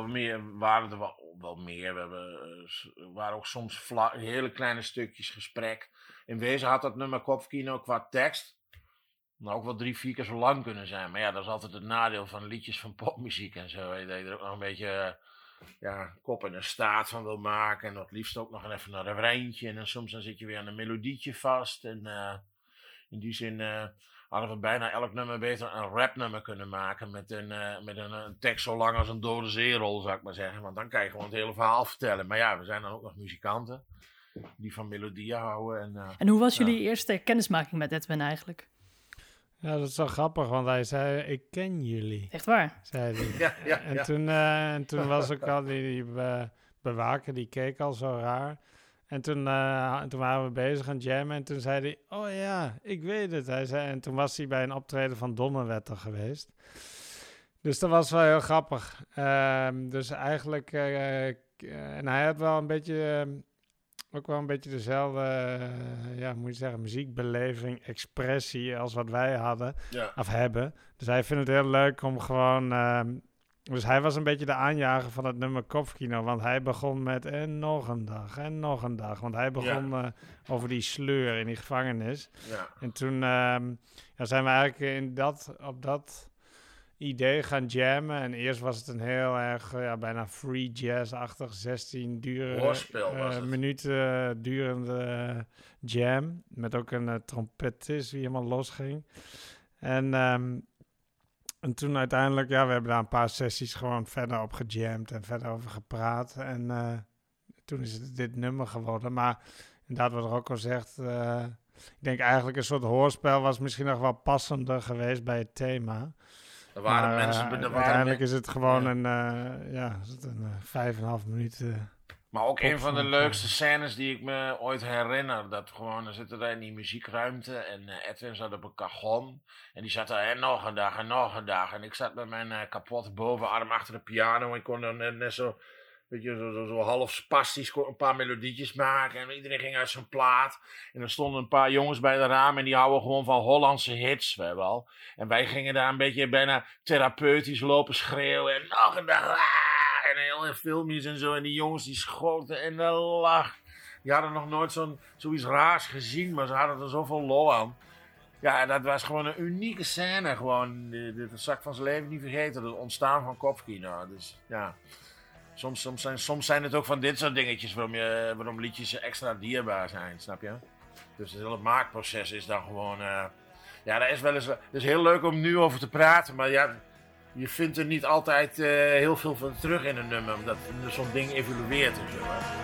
meer. Er waren ook soms hele kleine stukjes gesprek. In wezen had dat nummer Kopkino qua tekst ook wel 3-4 keer zo lang kunnen zijn. Maar ja, dat is altijd het nadeel van liedjes van popmuziek en zo. Dat je er ook nog een beetje kop en een staart van wil maken. En dat liefst ook nog even een refreintje. En dan soms dan zit je weer aan een melodietje vast. En in die zin hadden we bijna elk nummer beter een rapnummer kunnen maken. Met een tekst zo lang als een dode zeerol, zou ik maar zeggen. Want dan kan je gewoon het hele verhaal vertellen. Maar ja, we zijn dan ook nog muzikanten die van melodieën houden. En hoe was jullie eerste kennismaking met Edwin eigenlijk? Ja, dat is wel grappig, want hij zei, ik ken jullie. Echt waar? Zei hij. En toen was ook al die bewaker, die keek al zo raar. En toen waren we bezig aan jammen en toen zei hij, oh ja, ik weet het. Hij zei, en toen was hij bij een optreden van Donnerwetter geweest. Dus dat was wel heel grappig. Dus eigenlijk, en hij had wel een beetje... ook wel een beetje dezelfde, moet je zeggen, muziekbeleving, expressie als wat wij hadden, of hebben. Dus hij vindt het heel leuk om gewoon... dus hij was een beetje de aanjager van het nummer Kopkino, want hij begon met en nog een dag, en nog een dag. Want hij begon over die sleur in die gevangenis. Ja. En toen zijn we eigenlijk op dat idee gaan jammen. En eerst was het een heel erg, bijna free jazz-achtig, 16 minuten durende jam. Met ook een trompetist die helemaal losging. En toen uiteindelijk, we hebben daar een paar sessies gewoon verder op gejamd en verder over gepraat. En toen is het dit nummer geworden. Maar inderdaad, wat Rocco zegt, ik denk eigenlijk een soort hoorspel was misschien nog wel passender geweest bij het thema. Uiteindelijk is het gewoon een 5,5 minuten. Maar ook een van de leukste scènes die ik me ooit herinner. Dat gewoon, dan zitten daar in die muziekruimte en Edwin zat op een cajon. En die zat daar en nog een dag en nog een dag. En ik zat met mijn kapotte bovenarm achter de piano. En ik kon dan net zo, weet je, zo half spastisch een paar melodietjes maken. En iedereen ging uit zijn plaat. En er stonden een paar jongens bij de raam. En die houden gewoon van Hollandse hits, weet wel. En wij gingen daar een beetje bijna therapeutisch lopen schreeuwen. En nog een dag. En heel erg filmpjes en zo. En die jongens die schoten en de lach. Die hadden nog nooit zoiets raars gezien. Maar ze hadden er zoveel lol aan. Ja, dat was gewoon een unieke scène. Gewoon, dat zal ik van zijn leven niet vergeten. Het ontstaan van Kopkino. Dus ja. Soms zijn het ook van dit soort dingetjes waarom liedjes extra dierbaar zijn, snap je? Dus het hele maakproces is dan gewoon... ja, dat is wel eens... Het is heel leuk om nu over te praten, maar ja... Je vindt er niet altijd heel veel van terug in een nummer, omdat zo'n ding evolueert en zo. Hè?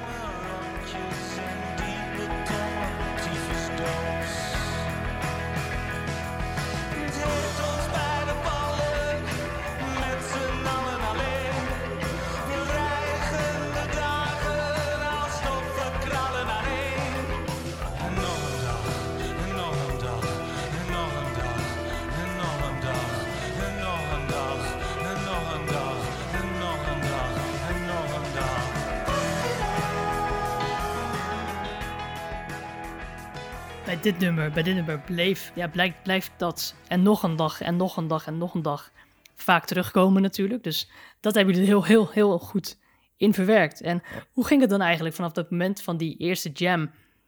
Bij dit nummer blijft dat en nog een dag en nog een dag en nog een dag vaak terugkomen natuurlijk. Dus dat hebben jullie heel goed in verwerkt. En hoe ging het dan eigenlijk vanaf dat moment van die eerste jam?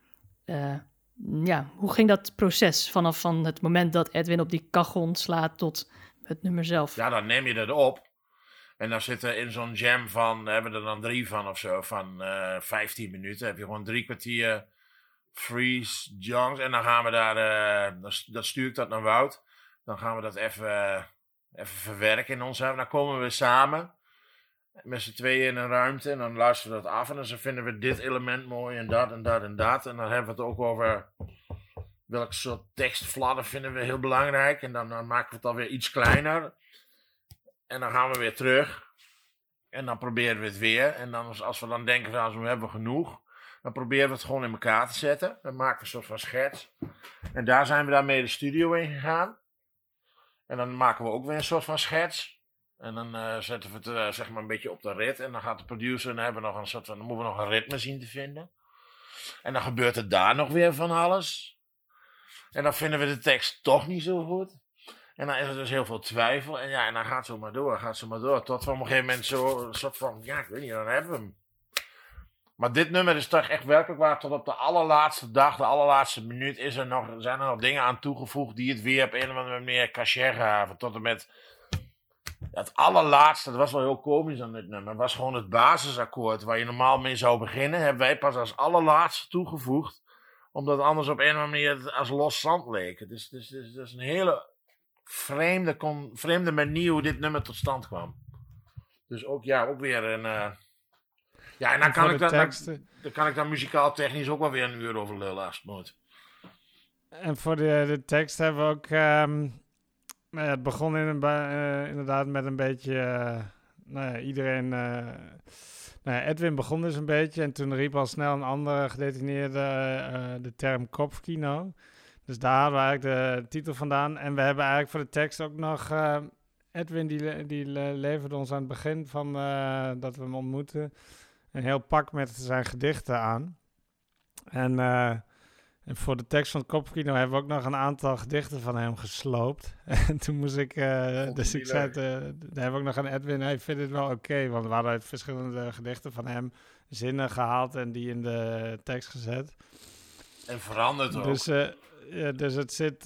Hoe ging dat proces vanaf van het moment dat Edwin op die cajon slaat tot het nummer zelf? Ja, dan neem je dat op. En dan zitten in zo'n jam van, hebben we er dan 3 van of zo, van 15 minuten. Heb je gewoon 3 kwartier... freeze, jongs. En dan gaan we daar, dat stuur ik dat naar Wout. Dan gaan we dat even verwerken in ons huis. Dan komen we samen, met z'n tweeën in een ruimte. En dan luisteren we dat af. En dan vinden we dit element mooi en dat en dat en dat. En dan hebben we het ook over welk soort tekstvladden vinden we heel belangrijk. En dan maken we het alweer iets kleiner. En dan gaan we weer terug. En dan proberen we het weer. En dan als we dan denken, van, we hebben genoeg. Dan proberen we het gewoon in elkaar te zetten. Dan maken we een soort van schets. En daar zijn we daarmee de studio in gegaan. En dan maken we ook weer een soort van schets. En dan zetten we het zeg maar een beetje op de rit. En dan gaat de producer, en dan hebben we nog een soort van, dan moeten we nog een ritme zien te vinden. En dan gebeurt er daar nog weer van alles. En dan vinden we de tekst toch niet zo goed. En dan is er dus heel veel twijfel. En ja, en dan gaat ze maar door. Tot we op een gegeven moment zo een soort van, ja, ik weet niet, dan hebben we hem. Maar dit nummer is toch echt werkelijk waar, tot op de allerlaatste dag, de allerlaatste minuut, zijn er nog dingen aan toegevoegd die het weer op een of andere manier cachet gaven. Tot en met het allerlaatste, dat was wel heel komisch aan dit nummer, was gewoon het basisakkoord waar je normaal mee zou beginnen, hebben wij pas als allerlaatste toegevoegd, omdat het anders op een of andere manier als los zand leek. Dus dat is een hele vreemde manier hoe dit nummer tot stand kwam. Dus ook weer een... Ja, en dan kan ik daar muzikaal technisch ook wel weer een uur over lullen als het moet. En voor de tekst hebben we ook... het begon inderdaad met een beetje... iedereen... Edwin begon dus een beetje en toen riep al snel een andere gedetineerde de term kopkino. Dus daar hadden we eigenlijk de titel vandaan. En we hebben eigenlijk voor de tekst ook nog... Edwin die leverde ons aan het begin van dat we hem ontmoeten... een heel pak met zijn gedichten aan. En voor de tekst van het Kopkino hebben we ook nog een aantal gedichten van hem gesloopt. En toen moest ik... dus ik zei, daar hebben we ook nog aan Edwin... Hij vindt het wel oké, want we hadden uit verschillende gedichten van hem... zinnen gehaald en die in de tekst gezet. En veranderd ook. Dus het zit...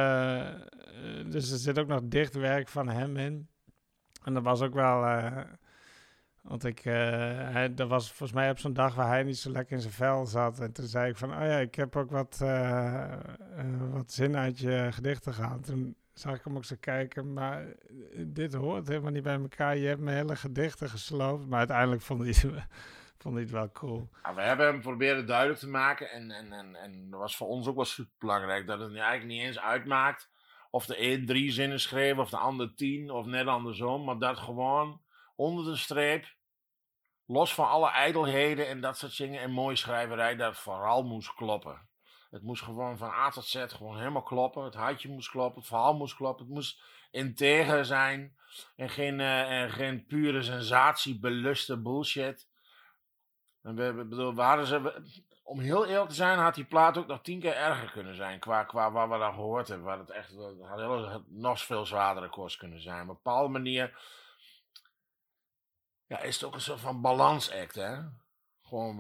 dus er zit ook nog dichtwerk van hem in. En dat was ook wel... want dat was volgens mij op zo'n dag waar hij niet zo lekker in zijn vel zat. En toen zei ik van, ik heb ook wat zin uit je gedichten gehaald. Toen zag ik hem ook zo kijken, maar dit hoort helemaal niet bij elkaar. Je hebt mijn hele gedichten gesloopt. Maar uiteindelijk vond hij het wel cool. Ja, we hebben hem proberen duidelijk te maken. En dat was voor ons ook wel super belangrijk. Dat het eigenlijk niet eens uitmaakt of de een 3 zinnen schreef of de ander 10 of net andersom. Maar dat gewoon onder de streep, los van alle ijdelheden en dat soort dingen en mooie schrijverij, dat het vooral moest kloppen. Het moest gewoon van A tot Z gewoon helemaal kloppen. Het hartje moest kloppen, het verhaal moest kloppen. Het moest integer zijn en geen pure sensatiebeluste bullshit. En om heel eerlijk te zijn, had die plaat ook nog 10 keer erger kunnen zijn. Qua waar we dat gehoord hebben. Waar het had nog veel zwaardere kost kunnen zijn. Op een bepaalde manier... Ja, is het ook een soort van balansact, hè? Gewoon,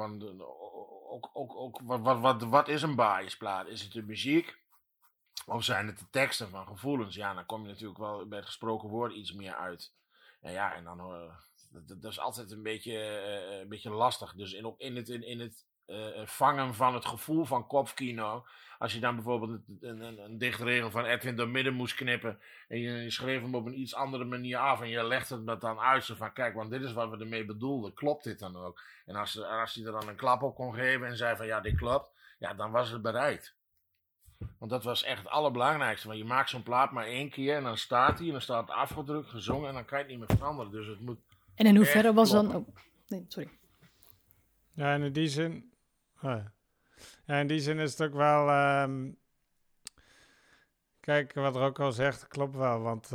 wat is een biasplaat? Is het de muziek? Of zijn het de teksten van gevoelens? Ja, dan kom je natuurlijk wel bij het gesproken woord iets meer uit. En dan dat is altijd een beetje lastig. Dus ook in het vangen van het gevoel van kopkino. Als je dan bijvoorbeeld een dichtregel van Edwin door midden moest knippen. En je schreef hem op een iets andere manier af. En je legt het dan uit. Zo van kijk, want dit is wat we ermee bedoelden. Klopt dit dan ook? En als hij er dan een klap op kon geven en zei van ja, dit klopt. Ja, dan was het bereikt. Want dat was echt het allerbelangrijkste. Want je maakt zo'n plaat maar 1 keer en dan staat hij. En dan staat het afgedrukt, gezongen en dan kan je het niet meer veranderen. Dus het moet. En in hoeverre was dan... Oh, nee, sorry. Ja, en in die zin... Ja, in die zin is het ook wel... Kijk, wat Rocco zegt, klopt wel. Want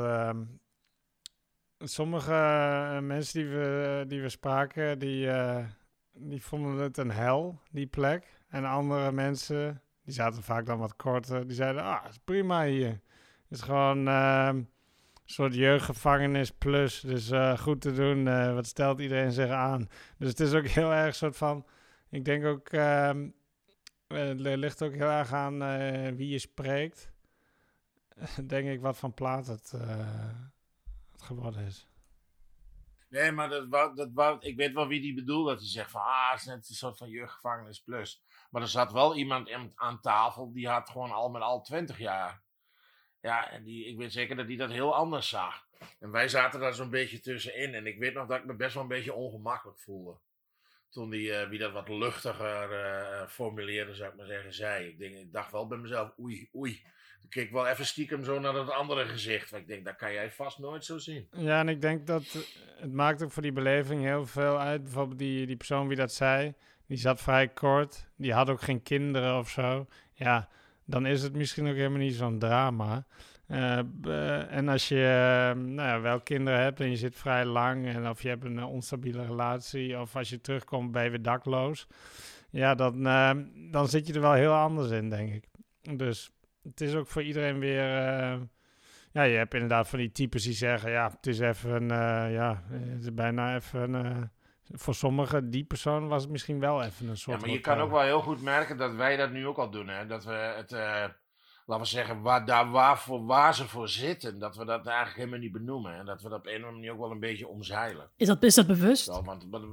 sommige mensen die we spraken, die vonden het een hel, die plek. En andere mensen, die zaten vaak dan wat korter, die zeiden, het is prima hier. Het is gewoon een soort jeugdgevangenis plus. Dus goed te doen, wat stelt iedereen zich aan? Dus het is ook heel erg soort van... Ik denk ook... het ligt ook heel erg aan wie je spreekt. Denk ik wat van plaat het geworden is. Nee, maar ik weet wel wie die bedoelt. Dat hij zegt van, het is net een soort van jeugdgevangenis plus. Maar er zat wel iemand aan tafel, die had gewoon al met al 20 jaar. Ja, en ik weet zeker dat hij dat heel anders zag. En wij zaten daar zo'n beetje tussenin. En ik weet nog dat ik me best wel een beetje ongemakkelijk voelde. Toen wie dat wat luchtiger formuleerde, zou ik maar zeggen, zei. Ik dacht wel bij mezelf, oei. Ik keek wel even stiekem zo naar dat andere gezicht. Want ik denk, dat kan jij vast nooit zo zien. Ja, en ik denk dat het maakt ook voor die beleving heel veel uit. Bijvoorbeeld die persoon wie dat zei, die zat vrij kort. Die had ook geen kinderen of zo. Ja, dan is het misschien ook helemaal niet zo'n drama. En als je wel kinderen hebt en je zit vrij lang... en of je hebt een onstabiele relatie... of als je terugkomt ben je weer dakloos... ja, dan zit je er wel heel anders in, denk ik. Dus het is ook voor iedereen weer... je hebt inderdaad van die types die zeggen... ja, het is even het is bijna even... voor sommigen, die persoon was het misschien wel even een soort... Ja, maar je kan ook wel heel goed merken dat wij dat nu ook al doen, hè. Dat we het... laten we zeggen, waar ze voor zitten, dat we dat eigenlijk helemaal niet benoemen. En dat we dat op een of andere manier ook wel een beetje omzeilen. Is dat bewust? Zo,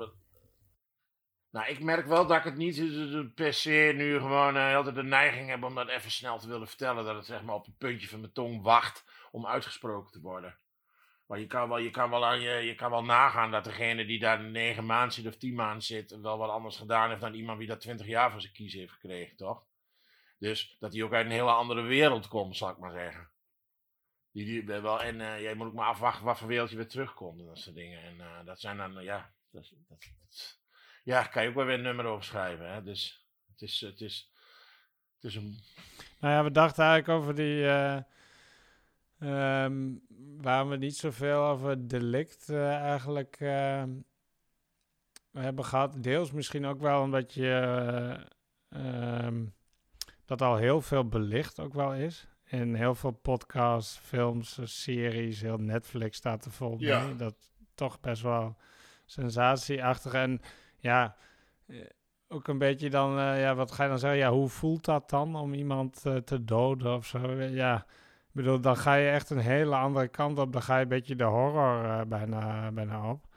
nou, ik merk wel dat ik het niet per se nu gewoon altijd de neiging heb om dat even snel te willen vertellen. Dat het zeg maar op het puntje van mijn tong wacht om uitgesproken te worden. Maar je kan wel nagaan dat degene die daar 9 maanden zit of 10 maanden zit, wel wat anders gedaan heeft dan iemand die dat 20 jaar van zijn kies heeft gekregen, toch? Dus dat hij ook uit een hele andere wereld komt, zal ik maar zeggen. Je moet ook maar afwachten wat voor wereld je weer terugkomt en dat soort dingen. En dat zijn dan, kan je ook wel weer een nummer over schrijven. Hè? Dus het is een... Nou ja, we dachten eigenlijk over die... waar we niet zoveel over delict eigenlijk hebben gehad. Deels misschien ook wel omdat je... dat al heel veel belicht ook wel is. In heel veel podcasts, films, series, heel Netflix staat er vol mee. Dat toch best wel sensatieachtig. En ja, ook een beetje dan, wat ga je dan zeggen? Ja, hoe voelt dat dan om iemand te doden of zo? Ja, ik bedoel, dan ga je echt een hele andere kant op. Dan ga je een beetje de horror bijna op.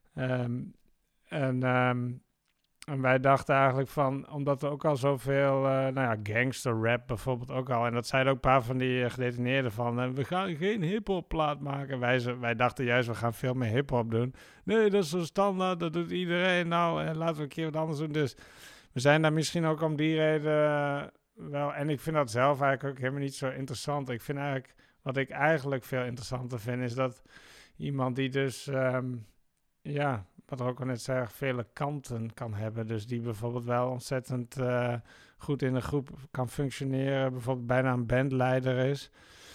En wij dachten eigenlijk van, omdat er ook al zoveel, gangster rap bijvoorbeeld ook al. En dat zeiden ook een paar van die gedetineerden van, we gaan geen hiphop plaat maken. Wij dachten juist, we gaan veel meer hiphop doen. Nee, dat is zo standaard, dat doet iedereen. Nou, laten we een keer wat anders doen. Dus we zijn daar misschien ook om die reden wel. En ik vind dat zelf eigenlijk ook helemaal niet zo interessant. Ik vind eigenlijk, wat ik eigenlijk veel interessanter vind, is dat iemand die dus, wat er ook al net zei, vele kanten kan hebben. Dus die bijvoorbeeld wel ontzettend goed in een groep kan functioneren. Bijvoorbeeld bijna een bandleider is.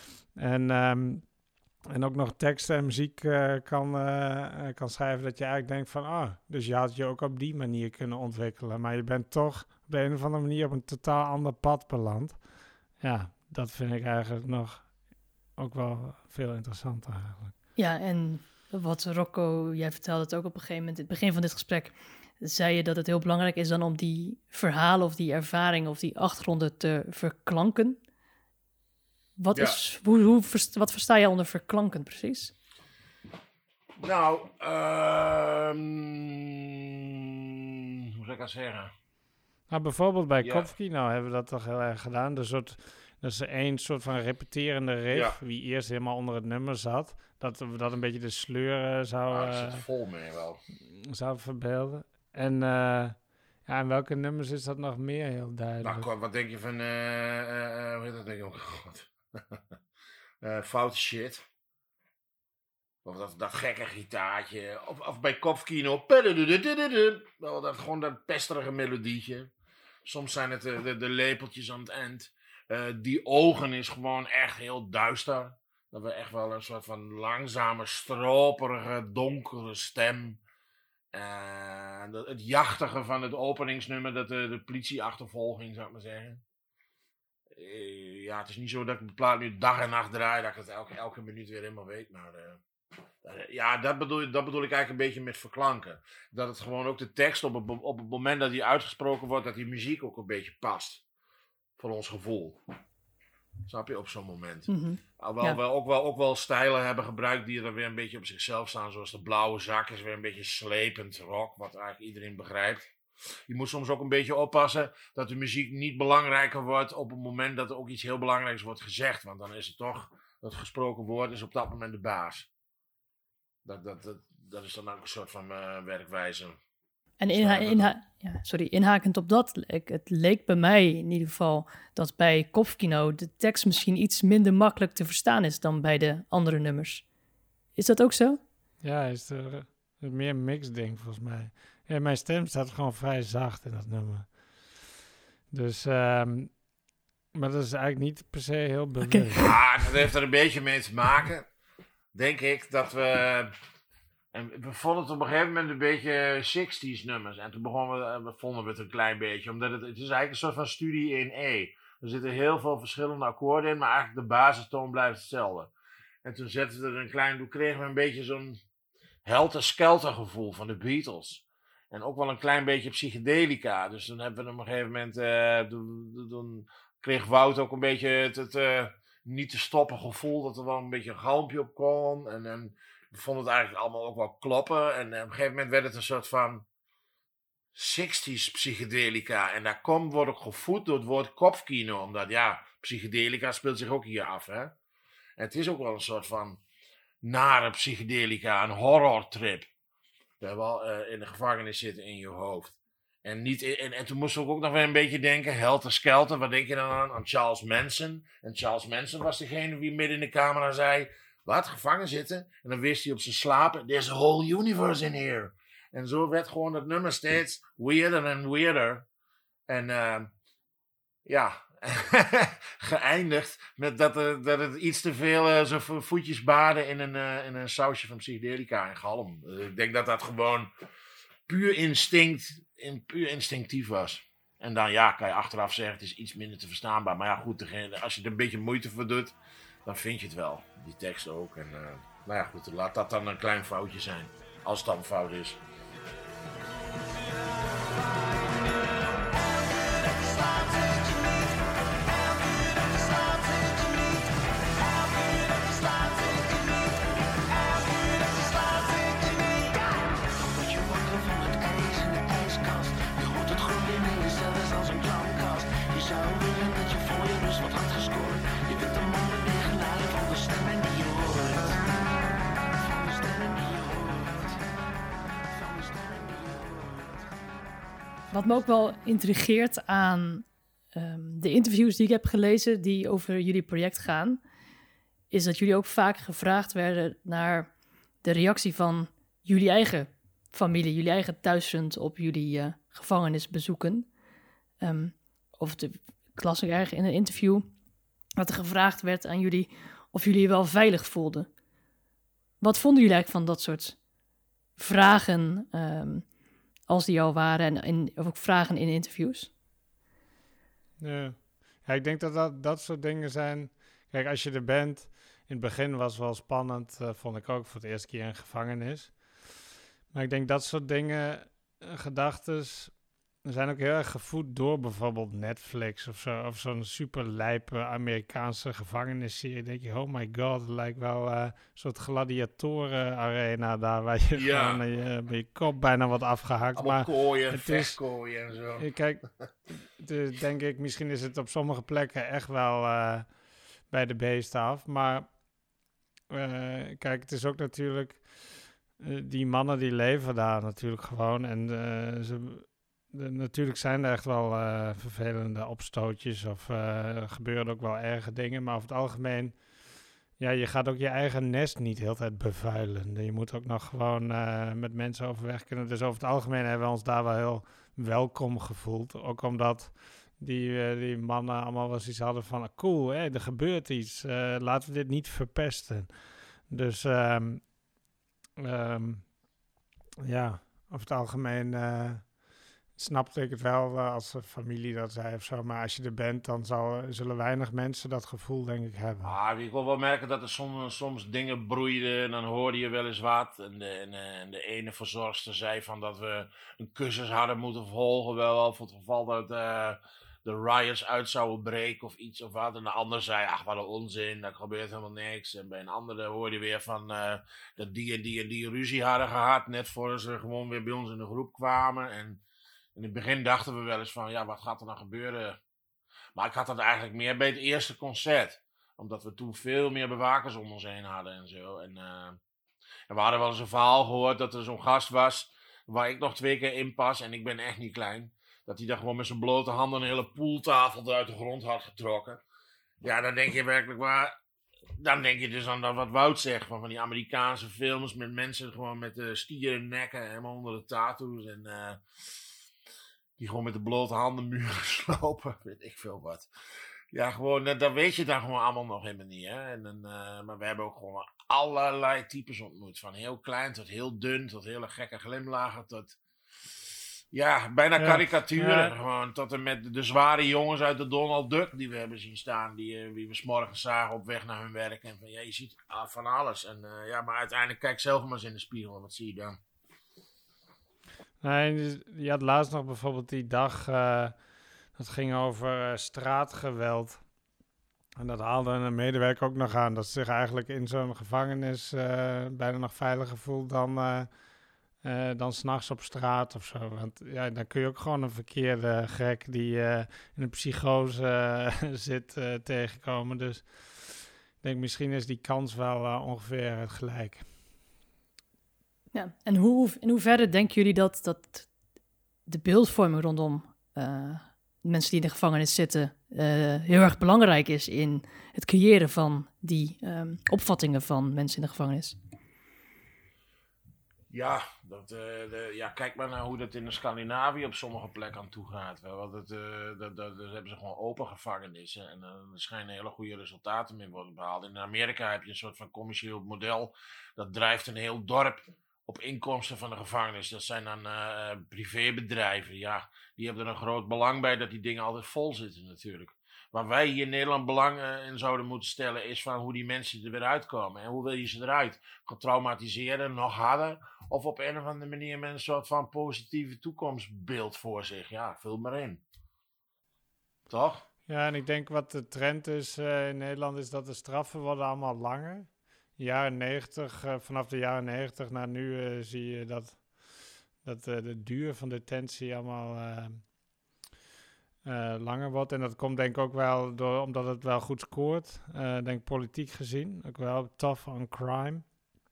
En ook nog teksten en muziek kan schrijven. Dat je eigenlijk denkt van, dus je had je ook op die manier kunnen ontwikkelen. Maar je bent toch op de een of andere manier op een totaal ander pad beland. Ja, dat vind ik eigenlijk nog ook wel veel interessanter eigenlijk. Ja, en... Wat Rocco, jij vertelde het ook op een gegeven moment, in het begin van dit gesprek, zei je dat het heel belangrijk is dan om die verhalen of die ervaringen of die achtergronden te verklanken. Wat versta jij onder verklanken precies? Nou, hoe zou ik dat zeggen? Nou, bijvoorbeeld bij Ja. Kopkino hebben we dat toch heel erg gedaan. Dat is één soort van repeterende riff, Ja. wie eerst helemaal onder het nummer zat. Dat we dat een beetje de sleur Ik zit vol mee wel. zou verbeelden. En en welke nummers is dat nog meer heel duidelijk? Nou, wat denk je van, hoe heet dat ding? Oh god. Foute shit. Of dat gekke gitaartje. Of bij Kopkino. Dat gewoon dat pesterige melodietje. Soms zijn het de lepeltjes aan het eind. Die ogen is gewoon echt heel duister. Dat we echt wel een soort van langzame, stroperige, donkere stem. Het jachtige van het openingsnummer, dat de politieachtervolging, zou ik maar zeggen. Ja, het is niet zo dat ik de plaat nu dag en nacht draai, dat ik het elke minuut weer helemaal weet. Maar ja, dat bedoel ik eigenlijk een beetje met verklanken. Dat het gewoon ook de tekst op het moment dat die uitgesproken wordt, dat die muziek ook een beetje past. Voor ons gevoel. Snap je, op zo'n moment. Alhoewel we ook wel stijlen hebben gebruikt die er weer een beetje op zichzelf staan. Zoals de blauwe zak is weer een beetje slepend rock, wat eigenlijk iedereen begrijpt. Je moet soms ook een beetje oppassen dat de muziek niet belangrijker wordt op het moment dat er ook iets heel belangrijks wordt gezegd. Want dan is het toch, dat gesproken woord is op dat moment de baas. Dat is dan ook een soort van werkwijze. En inhakend op dat, het leek bij mij in ieder geval dat bij Kopkino de tekst misschien iets minder makkelijk te verstaan is dan bij de andere nummers. Is dat ook zo? Ja, is er meer mix ding volgens mij. Ja, mijn stem staat gewoon vrij zacht in dat nummer. Dus, maar dat is eigenlijk niet per se heel bewust. Okay. Ja, dat heeft er een beetje mee te maken. Denk ik dat we... En we vonden het op een gegeven moment een beetje 60s nummers. En toen vonden we het een klein beetje. Omdat het is eigenlijk een soort van studie in E. Er zitten heel veel verschillende akkoorden in. Maar eigenlijk de basistoon blijft hetzelfde. En toen zetten we er toen kregen we een beetje zo'n helter-skelter gevoel van de Beatles. En ook wel een klein beetje psychedelica. Dus dan hebben we op een gegeven moment... Toen kreeg Wout ook een beetje het niet te stoppen gevoel. Dat er wel een beetje een galmpje op kon. En we vonden het eigenlijk allemaal ook wel kloppen. En op een gegeven moment werd het een soort van 60s psychedelica. En daar wordt ook gevoed door het woord Kopkino. Omdat ja, psychedelica speelt zich ook hier af. Hè? En het is ook wel een soort van nare psychedelica. Een horrortrip. Dat wel in de gevangenis zitten in je hoofd. En toen moesten we ook nog weer een beetje denken. Helter Skelter, wat denk je dan aan? Aan Charles Manson. En Charles Manson was degene die midden in de camera zei... Wat? Gevangen zitten? En dan wist hij op zijn slapen... There's a whole universe in here. En zo werd gewoon het nummer steeds weirder en weirder. En ja... geëindigd met dat het iets te veel zo voetjes baden in een sausje van psychedelica en galm. Ik denk dat dat gewoon puur instinctief was. En dan ja, kan je achteraf zeggen, het is iets minder te verstaanbaar. Maar ja, goed, als je er een beetje moeite voor doet, dan vind je het wel. Die tekst ook. En nou ja, goed, laat dat dan een klein foutje zijn. Als het dan een fout is. Wat me ook wel intrigeert aan de interviews die ik heb gelezen die over jullie project gaan, is dat jullie ook vaak gevraagd werden naar de reactie van jullie eigen familie, jullie eigen thuisfront op jullie gevangenisbezoeken. Ik las ook erg in een interview dat er gevraagd werd aan jullie of jullie je wel veilig voelden. Wat vonden jullie eigenlijk van dat soort vragen, als die al waren, of ook vragen in interviews? Ja, ik denk dat soort dingen zijn... Kijk, als je er bent... In het begin was het wel spannend, vond ik ook, voor het eerste keer in gevangenis. Maar ik denk dat soort dingen, gedachtes... we zijn ook heel erg gevoed door bijvoorbeeld Netflix of zo. Of zo'n super lijpe Amerikaanse gevangenisserie. Denk je, oh my god, het lijkt wel een soort gladiatoren-arena daar. Waar je gewoon met je kop bijna wordt afgehakt. Allemaal Maar kooien, het is, vechtkooien en zo. kijk, dus denk ik, misschien is het op sommige plekken echt wel bij de beesten af. Maar kijk, het is ook natuurlijk... die mannen die leven daar natuurlijk gewoon. En natuurlijk zijn er echt wel vervelende opstootjes. Of er gebeuren ook wel erge dingen. Maar over het algemeen... Ja, je gaat ook je eigen nest niet heel de tijd bevuilen. Je moet ook nog gewoon met mensen overweg kunnen. Dus over het algemeen hebben we ons daar wel heel welkom gevoeld. Ook omdat die mannen allemaal wel zoiets hadden van... cool, hè, er gebeurt iets. Laten we dit niet verpesten. Dus ja, over het algemeen snapte ik het wel als de familie dat zei of zo. Maar als je er bent, dan zullen weinig mensen dat gevoel denk ik hebben. Ik wil wel merken dat er soms dingen broeiden en dan hoorde je wel eens wat. En de ene verzorgster zei van dat we een cursus hadden moeten volgen. Wel voor het geval dat de riots uit zouden breken of iets of wat. En de ander zei, ach wat een onzin, daar gebeurt helemaal niks. En bij een andere hoorde je weer van dat die en die en die ruzie hadden gehad. Net voordat ze gewoon weer bij ons in de groep kwamen. En in het begin dachten we wel eens van, ja, wat gaat er nou gebeuren? Maar ik had dat eigenlijk meer bij het eerste concert. Omdat we toen veel meer bewakers om ons heen hadden en zo. En we hadden wel eens een verhaal gehoord dat er zo'n gast was, waar ik nog 2 keer in pas, en ik ben echt niet klein. Dat hij daar gewoon met zijn blote handen een hele poeltafel uit de grond had getrokken. Ja, dan denk je werkelijk waar... Dan denk je dus aan dat wat Wout zegt, van die Amerikaanse films met mensen gewoon met stieren nekken, helemaal onder de tattoos en... die gewoon met de blote handen muren slopen, weet ik veel wat. Ja, gewoon, dat weet je dan gewoon allemaal nog helemaal niet, hè. Maar we hebben ook gewoon allerlei types ontmoet. Van heel klein tot heel dun, tot hele gekke glimlachen, tot... Ja, bijna karikaturen. Ja. Gewoon tot en met de zware jongens uit de Donald Duck die we hebben zien staan. Die we 's morgens zagen op weg naar hun werk. En van, ja, je ziet van alles. En maar uiteindelijk kijk zelf maar eens in de spiegel. En wat zie je dan? Nee, je had laatst nog bijvoorbeeld die dag, dat ging over straatgeweld. En dat haalde een medewerker ook nog aan, dat ze zich eigenlijk in zo'n gevangenis bijna nog veiliger voelt dan 's nachts op straat of zo. Want ja, dan kun je ook gewoon een verkeerde gek die in een psychose zit tegenkomen. Dus ik denk misschien is die kans wel ongeveer gelijk. Ja, en in hoeverre denken jullie dat de beeldvorming rondom mensen die in de gevangenis zitten heel erg belangrijk is in het creëren van die opvattingen van mensen in de gevangenis? Ja, kijk maar naar hoe dat in de Scandinavië op sommige plekken aan toe gaat. Want daar hebben ze gewoon open gevangenissen en er schijnen hele goede resultaten mee worden behaald. In Amerika heb je een soort van commercieel model, dat drijft een heel dorp op inkomsten van de gevangenis. Dat zijn dan privébedrijven, ja. Die hebben er een groot belang bij dat die dingen altijd vol zitten natuurlijk. Waar wij hier in Nederland belang in zouden moeten stellen is van hoe die mensen er weer uitkomen. En hoe wil je ze eruit? Getraumatiseerder, nog harder? Of op een of andere manier met een soort van positieve toekomstbeeld voor zich? Ja, vul maar in. Toch? Ja, en ik denk wat de trend is in Nederland is dat de straffen worden allemaal langer. Vanaf de jaren 90 naar nu zie je dat de duur van detentie allemaal langer wordt. En dat komt denk ik ook wel omdat het wel goed scoort. Denk politiek gezien. Ook wel tough on crime.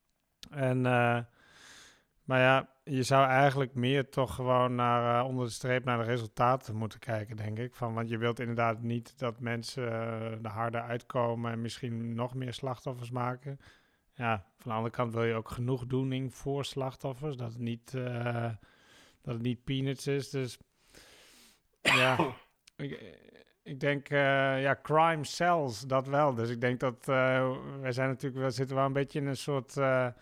Maar ja, je zou eigenlijk meer toch gewoon naar onder de streep naar de resultaten moeten kijken, denk ik. Want je wilt inderdaad niet dat mensen er harder uitkomen en misschien nog meer slachtoffers maken. Ja, van de andere kant wil je ook genoegdoening voor slachtoffers, dat het niet peanuts is. Dus ja, ik denk, crime sells, dat wel. Dus ik denk dat we zitten wel een beetje in een soort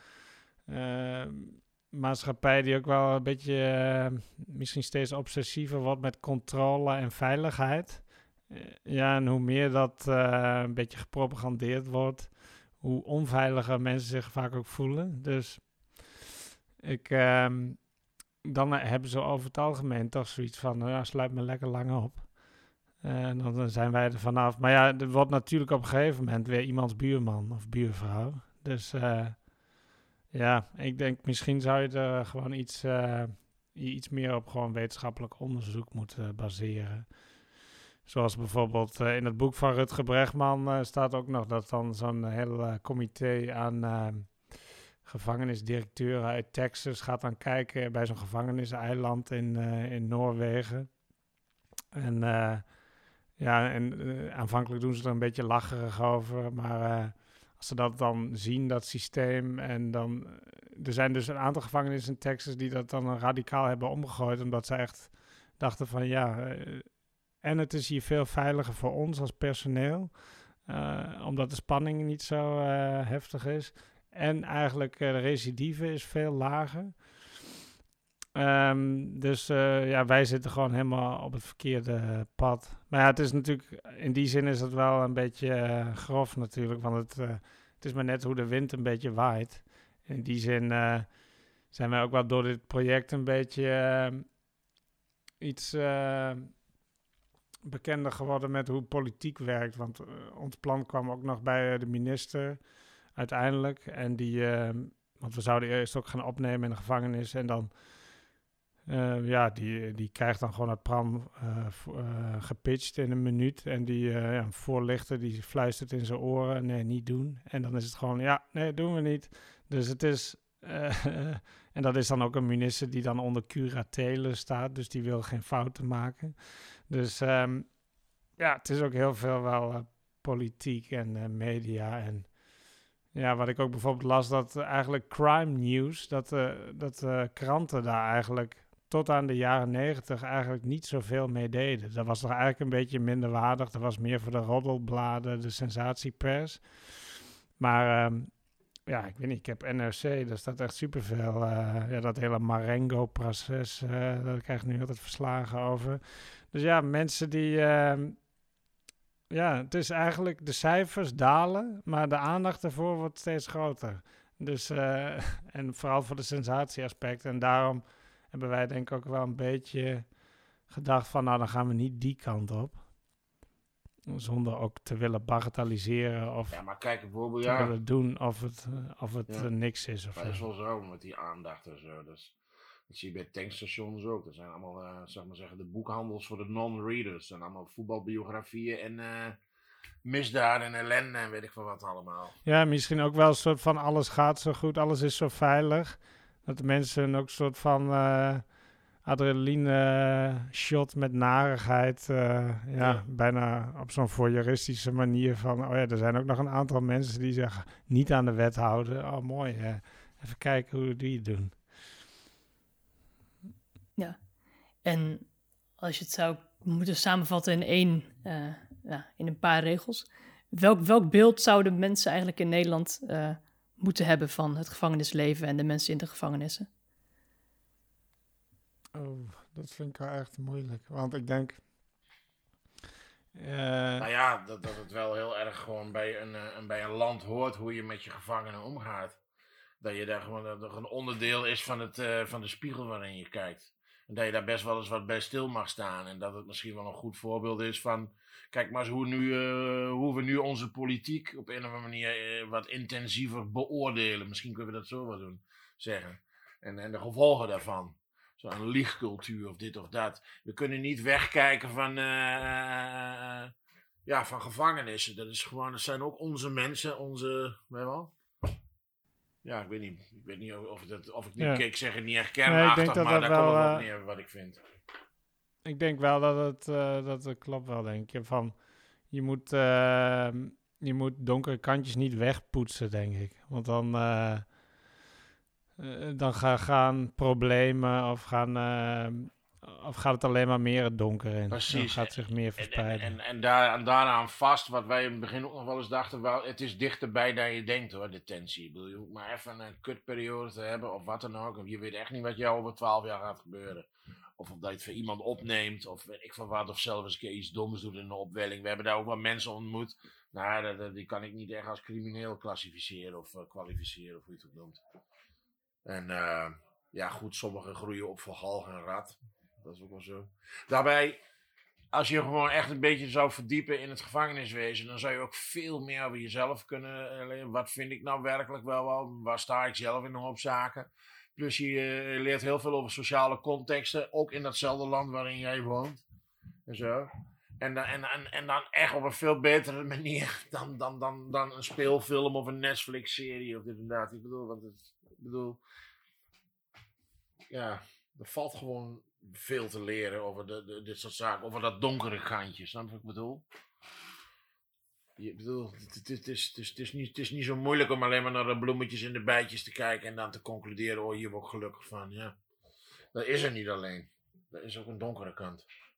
maatschappij die ook wel een beetje misschien steeds obsessiever wordt met controle en veiligheid. En hoe meer dat een beetje gepropagandeerd wordt, hoe onveiliger mensen zich vaak ook voelen. Dus dan hebben ze over het algemeen toch zoiets van, nou ja, sluit me lekker lang op. En dan zijn wij er vanaf. Maar ja, er wordt natuurlijk op een gegeven moment weer iemands buurman of buurvrouw. Dus ja, ik denk misschien zou je er gewoon iets meer op gewoon wetenschappelijk onderzoek moeten baseren. Zoals bijvoorbeeld in het boek van Rutger Bregman staat ook nog dat dan zo'n heel comité aan gevangenisdirecteuren uit Texas gaat dan kijken bij zo'n gevangeniseiland in Noorwegen. En aanvankelijk doen ze er een beetje lacherig over, maar als ze dat dan zien, dat systeem, en dan... er zijn dus een aantal gevangenissen in Texas die dat dan radicaal hebben omgegooid, omdat ze echt dachten van en het is hier veel veiliger voor ons als personeel, omdat de spanning niet zo heftig is. En eigenlijk de recidive is veel lager. Dus wij zitten gewoon helemaal op het verkeerde pad. Maar ja, het is natuurlijk, in die zin is het wel een beetje grof natuurlijk, want het is maar net hoe de wind een beetje waait. In die zin zijn wij ook wel door dit project een beetje iets bekender geworden met hoe politiek werkt. Want ons plan kwam ook nog bij de minister uiteindelijk. En want we zouden eerst ook gaan opnemen in de gevangenis. En dan, die krijgt dan gewoon het plan gepitcht in een minuut. En een voorlichter die fluistert in zijn oren, nee, niet doen. En dan is het gewoon, nee, doen we niet. Dus het is... en dat is dan ook een minister die dan onder curatele staat. Dus die wil geen fouten maken. Dus het is ook heel veel wel politiek en media. En ja, wat ik ook bijvoorbeeld las, dat eigenlijk crime news, dat kranten daar eigenlijk tot aan de jaren 90 eigenlijk niet zoveel mee deden. Dat was toch eigenlijk een beetje minderwaardig. Dat was meer voor de roddelbladen, de sensatiepers. Maar... ik weet niet, ik heb NRC, daar staat echt superveel. Dat hele Marengo-proces, daar krijg ik nu altijd verslagen over. Dus ja, mensen die... het is eigenlijk, de cijfers dalen, maar de aandacht ervoor wordt steeds groter. Dus, en vooral voor de sensatieaspect. En daarom hebben wij denk ik ook wel een beetje gedacht van, nou, dan gaan we niet die kant op. Zonder ook te willen bagatelliseren of ja, maar kijk, bijvoorbeeld, te willen doen of het niks is. Dat is wel zo, met die aandacht en zo. Dat zie je bij tankstations ook. Dat zijn allemaal, zeg maar zeggen, de boekhandels voor de non-readers. En allemaal voetbalbiografieën en misdaden en ellende en weet ik veel wat allemaal. Ja, misschien ook wel een soort van alles gaat zo goed, alles is zo veilig. Dat de mensen ook een soort van... adrenaline shot met narigheid. Bijna op zo'n voyeuristische manier van... er zijn ook nog een aantal mensen die zich niet aan de wet houden. Oh, mooi. Even kijken hoe die het doen. Ja. En als je het zou moeten samenvatten in in een paar regels. Welk beeld zouden mensen eigenlijk in Nederland moeten hebben van het gevangenisleven en de mensen in de gevangenissen? Oh, dat vind ik wel echt moeilijk. Want ik denk... dat het wel heel erg gewoon bij een land hoort hoe je met je gevangenen omgaat. Dat je daar gewoon dat een onderdeel is van de spiegel waarin je kijkt. En dat je daar best wel eens wat bij stil mag staan. En dat het misschien wel een goed voorbeeld is van... Kijk maar eens hoe we nu onze politiek op een of andere manier wat intensiever beoordelen. Misschien kunnen we dat zo wel doen, zeggen. En de gevolgen daarvan. Zo'n liegcultuur of dit of dat. We kunnen niet wegkijken van gevangenissen. Dat zijn ook onze mensen, weet je wel? Ja, ik weet niet of ik niet, ik zeg het niet echt kernachtig, maar daar komt het op neer wat ik vind. Ik denk wel dat het klopt wel, denk je. Van, je moet donkere kantjes niet wegpoetsen, denk ik. Want dan gaan problemen of gaat het alleen maar meer het donker in. Precies. Dan gaat het zich meer verspreiden. En daaraan vast, wat wij in het begin ook nog wel eens dachten, het is dichterbij dan je denkt hoor, detentie. Ik bedoel, je hoeft maar even een kutperiode te hebben of wat dan ook. Of je weet echt niet wat jou over 12 jaar gaat gebeuren. Of dat je het voor iemand opneemt, of weet ik van wat, of zelf eens een keer iets doms doet in een opwelling. We hebben daar ook wel mensen ontmoet. Nou, die kan ik niet echt als crimineel klassificeren of kwalificeren, of hoe je het ook noemt. En Ja, goed, sommigen groeien op voor galg en rat. Dat is ook wel zo. Daarbij, als je gewoon echt een beetje zou verdiepen in het gevangeniswezen, dan zou je ook veel meer over jezelf kunnen leren. Wat vind ik nou werkelijk wel? Waar sta ik zelf in een hoop zaken? Plus je leert heel veel over sociale contexten, ook in datzelfde land waarin jij woont. En zo. En dan echt op een veel betere manier dan een speelfilm of een Netflix-serie of dit en dat. Ik bedoel, ja, er valt gewoon veel te leren over dit soort zaken. Over dat donkere kantje, snap je wat ik bedoel? Het is niet zo moeilijk om alleen maar naar de bloemetjes en de bijtjes te kijken en dan te concluderen, oh, hier word ik gelukkig van. Ja. Dat is er niet alleen. Er is ook een donkere kant.